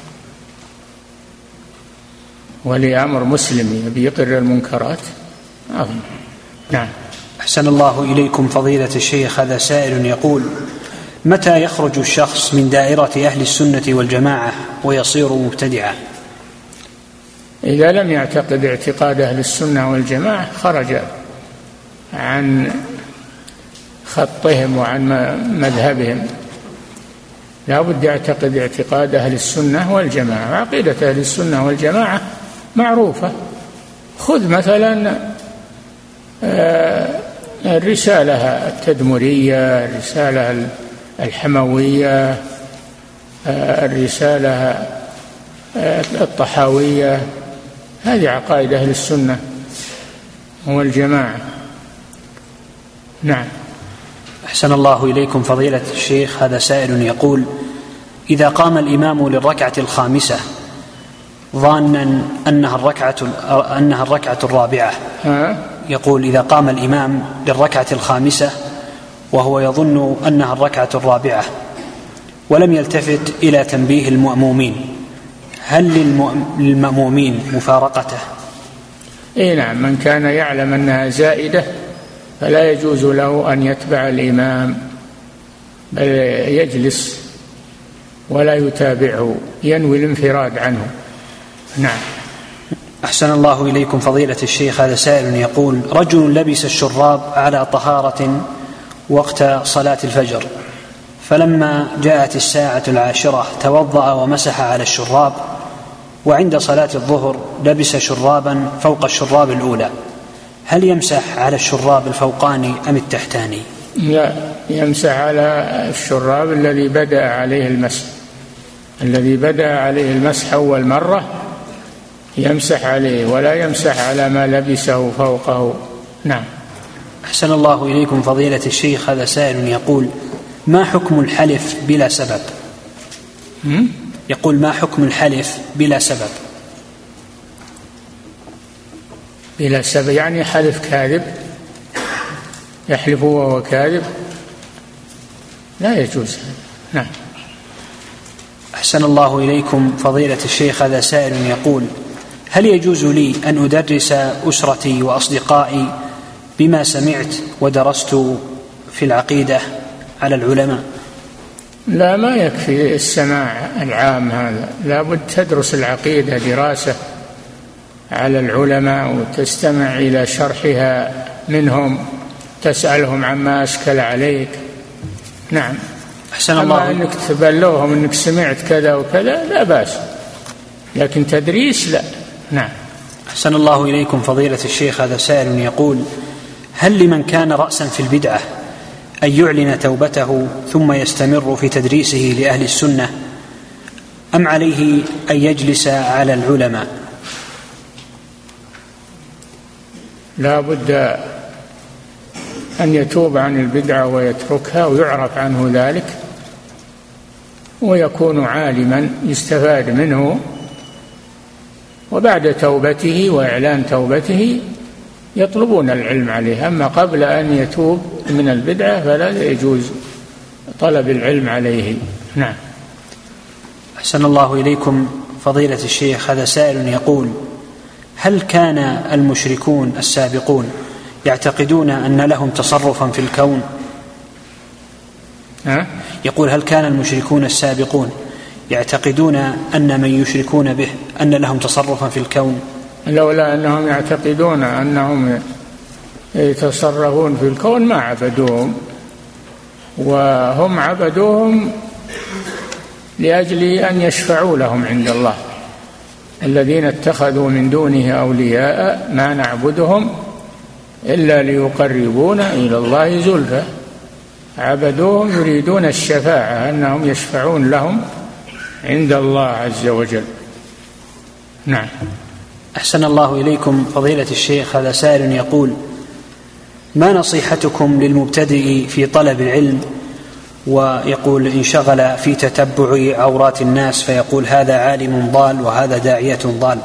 [SPEAKER 2] ولي أمر مسلم يبي يقر المنكرات؟ ما أظن. نعم.
[SPEAKER 1] أحسن الله إليكم فضيلة الشيخ. هذا سائل يقول: متى يخرج الشخص من دائرة أهل السنة والجماعة ويصير مبتدعا؟
[SPEAKER 2] إذا لم يعتقد اعتقاد أهل السنة والجماعة خرج عن خطهم وعن مذهبهم. لا بد يعتقد اعتقاد أهل السنة والجماعة. عقيدة أهل السنة والجماعة معروفة. خذ مثلا الرسالة التدمرية، الرسالة الحموية، الرسالة الطحاوية، هذه عقائد أهل السنة والجماعة. نعم.
[SPEAKER 1] أحسن الله إليكم فضيلة الشيخ. هذا سائل يقول: إذا قام الإمام للركعة الخامسة ظانا أنها الركعة الرابعة، يقول: إذا قام الإمام للركعة الخامسة وهو يظن أنها الركعة الرابعة ولم يلتفت إلى تنبيه المأمومين، هل للمأمومين مفارقته؟
[SPEAKER 2] نعم. من كان يعلم أنها زائدة فلا يجوز له أن يتبع الإمام، بل يجلس ولا يتابعه، ينوي الانفراد عنه. نعم.
[SPEAKER 1] أحسن الله إليكم فضيلة الشيخ. هذا سائل يقول: رجل لبس الشراب على طهارة وقت صلاة الفجر، فلما جاءت الساعة 10 توضأ ومسح على الشراب، وعند صلاة الظهر لبس شرابا فوق الشراب الأولى، هل يمسح على الشراب الفوقاني أم التحتاني؟
[SPEAKER 2] لا، يمسح على الشراب الذي بدأ عليه المسح. الذي بدأ عليه المسح أول مرة يمسح عليه، ولا يمسح على ما لبسه فوقه. نعم.
[SPEAKER 1] أحسن الله إليكم فضيلة الشيخ. هذا سائل يقول: ما حكم الحلف بلا سبب؟ يقول: ما حكم الحلف بلا سبب؟
[SPEAKER 2] بلا سبب يعني حلف كاذب، يحلف وهو كاذب، لا يجوز. نعم.
[SPEAKER 1] أحسن الله إليكم فضيلة الشيخ. هذا سائل يقول: هل يجوز لي أن أدرس أسرتي وأصدقائي بما سمعت ودرست في العقيدة على العلماء؟
[SPEAKER 2] لا، ما يكفي السماع العام هذا، لا بد تدرس العقيدة دراسة على العلماء وتستمع إلى شرحها منهم، تسألهم عما أشكل عليك. نعم.
[SPEAKER 1] أحسن الله.
[SPEAKER 2] أنك تبلوهم أنك سمعت كذا وكذا لا بأس، لكن تدريس لا. نعم.
[SPEAKER 1] أحسن الله إليكم فضيلة الشيخ. هذا سائل يقول: هل لمن كان رأسا في البدعة أن يعلن توبته ثم يستمر في تدريسه لأهل السنة، أم عليه أن يجلس على العلماء؟
[SPEAKER 2] لا بد أن يتوب عن البدعة ويتركها ويعرف عنه ذلك، ويكون عالما يستفاد منه، وبعد توبته وإعلان توبته يطلبون العلم عليه. أما قبل أن يتوب من البدعة فلا يجوز طلب العلم عليه. نعم.
[SPEAKER 1] أحسن الله إليكم فضيلة الشيخ، هذا سائل يقول: هل كان المشركون السابقون يعتقدون أن لهم تصرفا في الكون؟ يقول: هل كان المشركون السابقون يعتقدون أن من يشركون به أن لهم تصرفا في الكون؟
[SPEAKER 2] لولا أنهم يعتقدون أنهم يتصرفون في الكون ما عبدوهم، وهم عبدوهم لأجل أن يشفعوا لهم عند الله. الذين اتخذوا من دونه أولياء ما نعبدهم إلا ليقربونا إلى الله زلفى، عبدوهم يريدون الشفاعة، أنهم يشفعون لهم عند الله عز وجل. نعم.
[SPEAKER 1] أحسن الله إليكم فضيلة الشيخ، هذا سائل يقول: ما نصيحتكم للمبتدئ في طلب العلم ويقول انشغل في تتبع عورات الناس فيقول هذا عالم ضال وهذا داعية ضال؟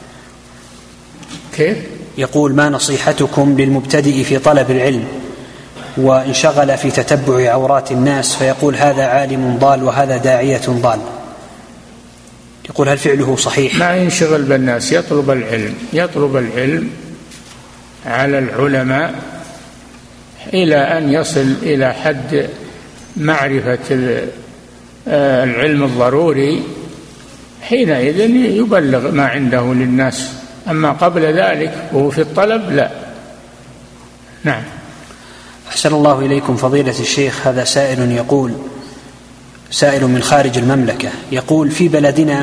[SPEAKER 2] كيف؟
[SPEAKER 1] يقول: ما نصيحتكم للمبتدئ في طلب العلم وانشغل في تتبع عورات الناس فيقول هذا عالم ضال وهذا داعية ضال؟ يقول: هل فعله صحيح؟
[SPEAKER 2] ما ينشغل بالناس، يطلب العلم على العلماء إلى أن يصل إلى حد معرفة العلم الضروري، حينئذ يبلغ ما عنده للناس. أما قبل ذلك وهو في الطلب لا. نعم.
[SPEAKER 1] أحسن الله إليكم فضيلة الشيخ، هذا سائل يقول، سائل من خارج المملكة، يقول: في بلدنا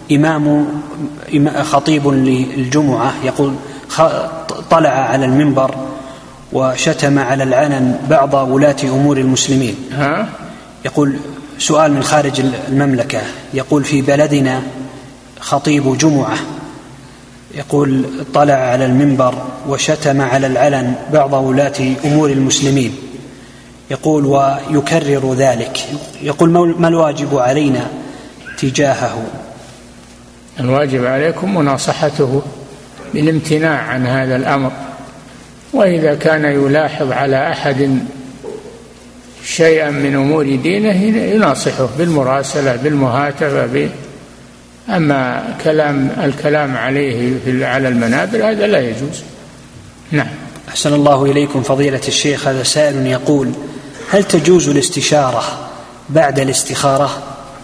[SPEAKER 1] خطيب للجمعة يقول طلع على المنبر وشتم على العلن بعض ولاة أمور المسلمين. يقول: سؤال من خارج المملكة، يقول: في بلدنا خطيب جمعة يقول طلع على المنبر وشتم على العلن بعض ولاة أمور المسلمين، يقول ويكرر ذلك، يقول: ما الواجب علينا تجاهه؟
[SPEAKER 2] الواجب عليكم مناصحته بالامتناع عن هذا الأمر، وإذا كان يلاحظ على أحد شيئا من أمور دينه يناصحه بالمراسلة بالمهاتفة أما الكلام عليه على المنابر هذا لا يجوز. نعم.
[SPEAKER 1] أحسن الله إليكم فضيلة الشيخ، هذا سائل يقول: هل تجوز الاستشارة بعد الاستخارة؟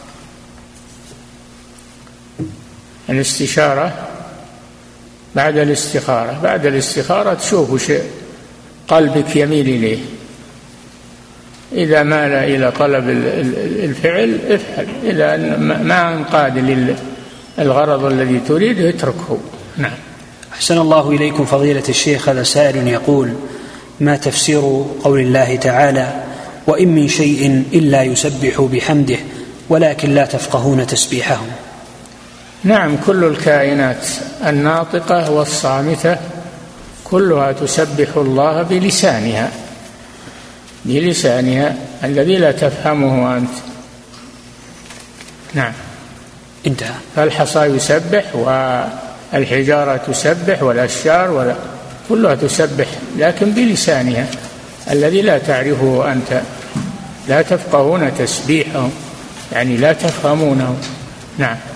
[SPEAKER 2] الاستشارة بعد الاستخارة تشوف شيء قلبك يميل إليه، إذا مال إلى طلب الفعل افعل، إذا ما انقاد للغرض الذي تريده اتركه. نعم.
[SPEAKER 1] أحسن الله إليكم فضيلة الشيخ، هذا سائل يقول: ما تفسير قول الله تعالى: وإن من شيء إلا يسبح بحمده ولكن لا تفقهون تسبيحهم؟
[SPEAKER 2] نعم، كل الكائنات الناطقة والصامتة كلها تسبح الله بلسانها الذي لا تفهمه أنت. نعم.
[SPEAKER 1] انتهى.
[SPEAKER 2] فالحصى يسبح والحجارة تسبح والأشجار كلها تسبح، لكن بلسانها الذي لا تعرفه أنت، لا تفقهون تسبيحهم يعني لا تفهمونه. نعم.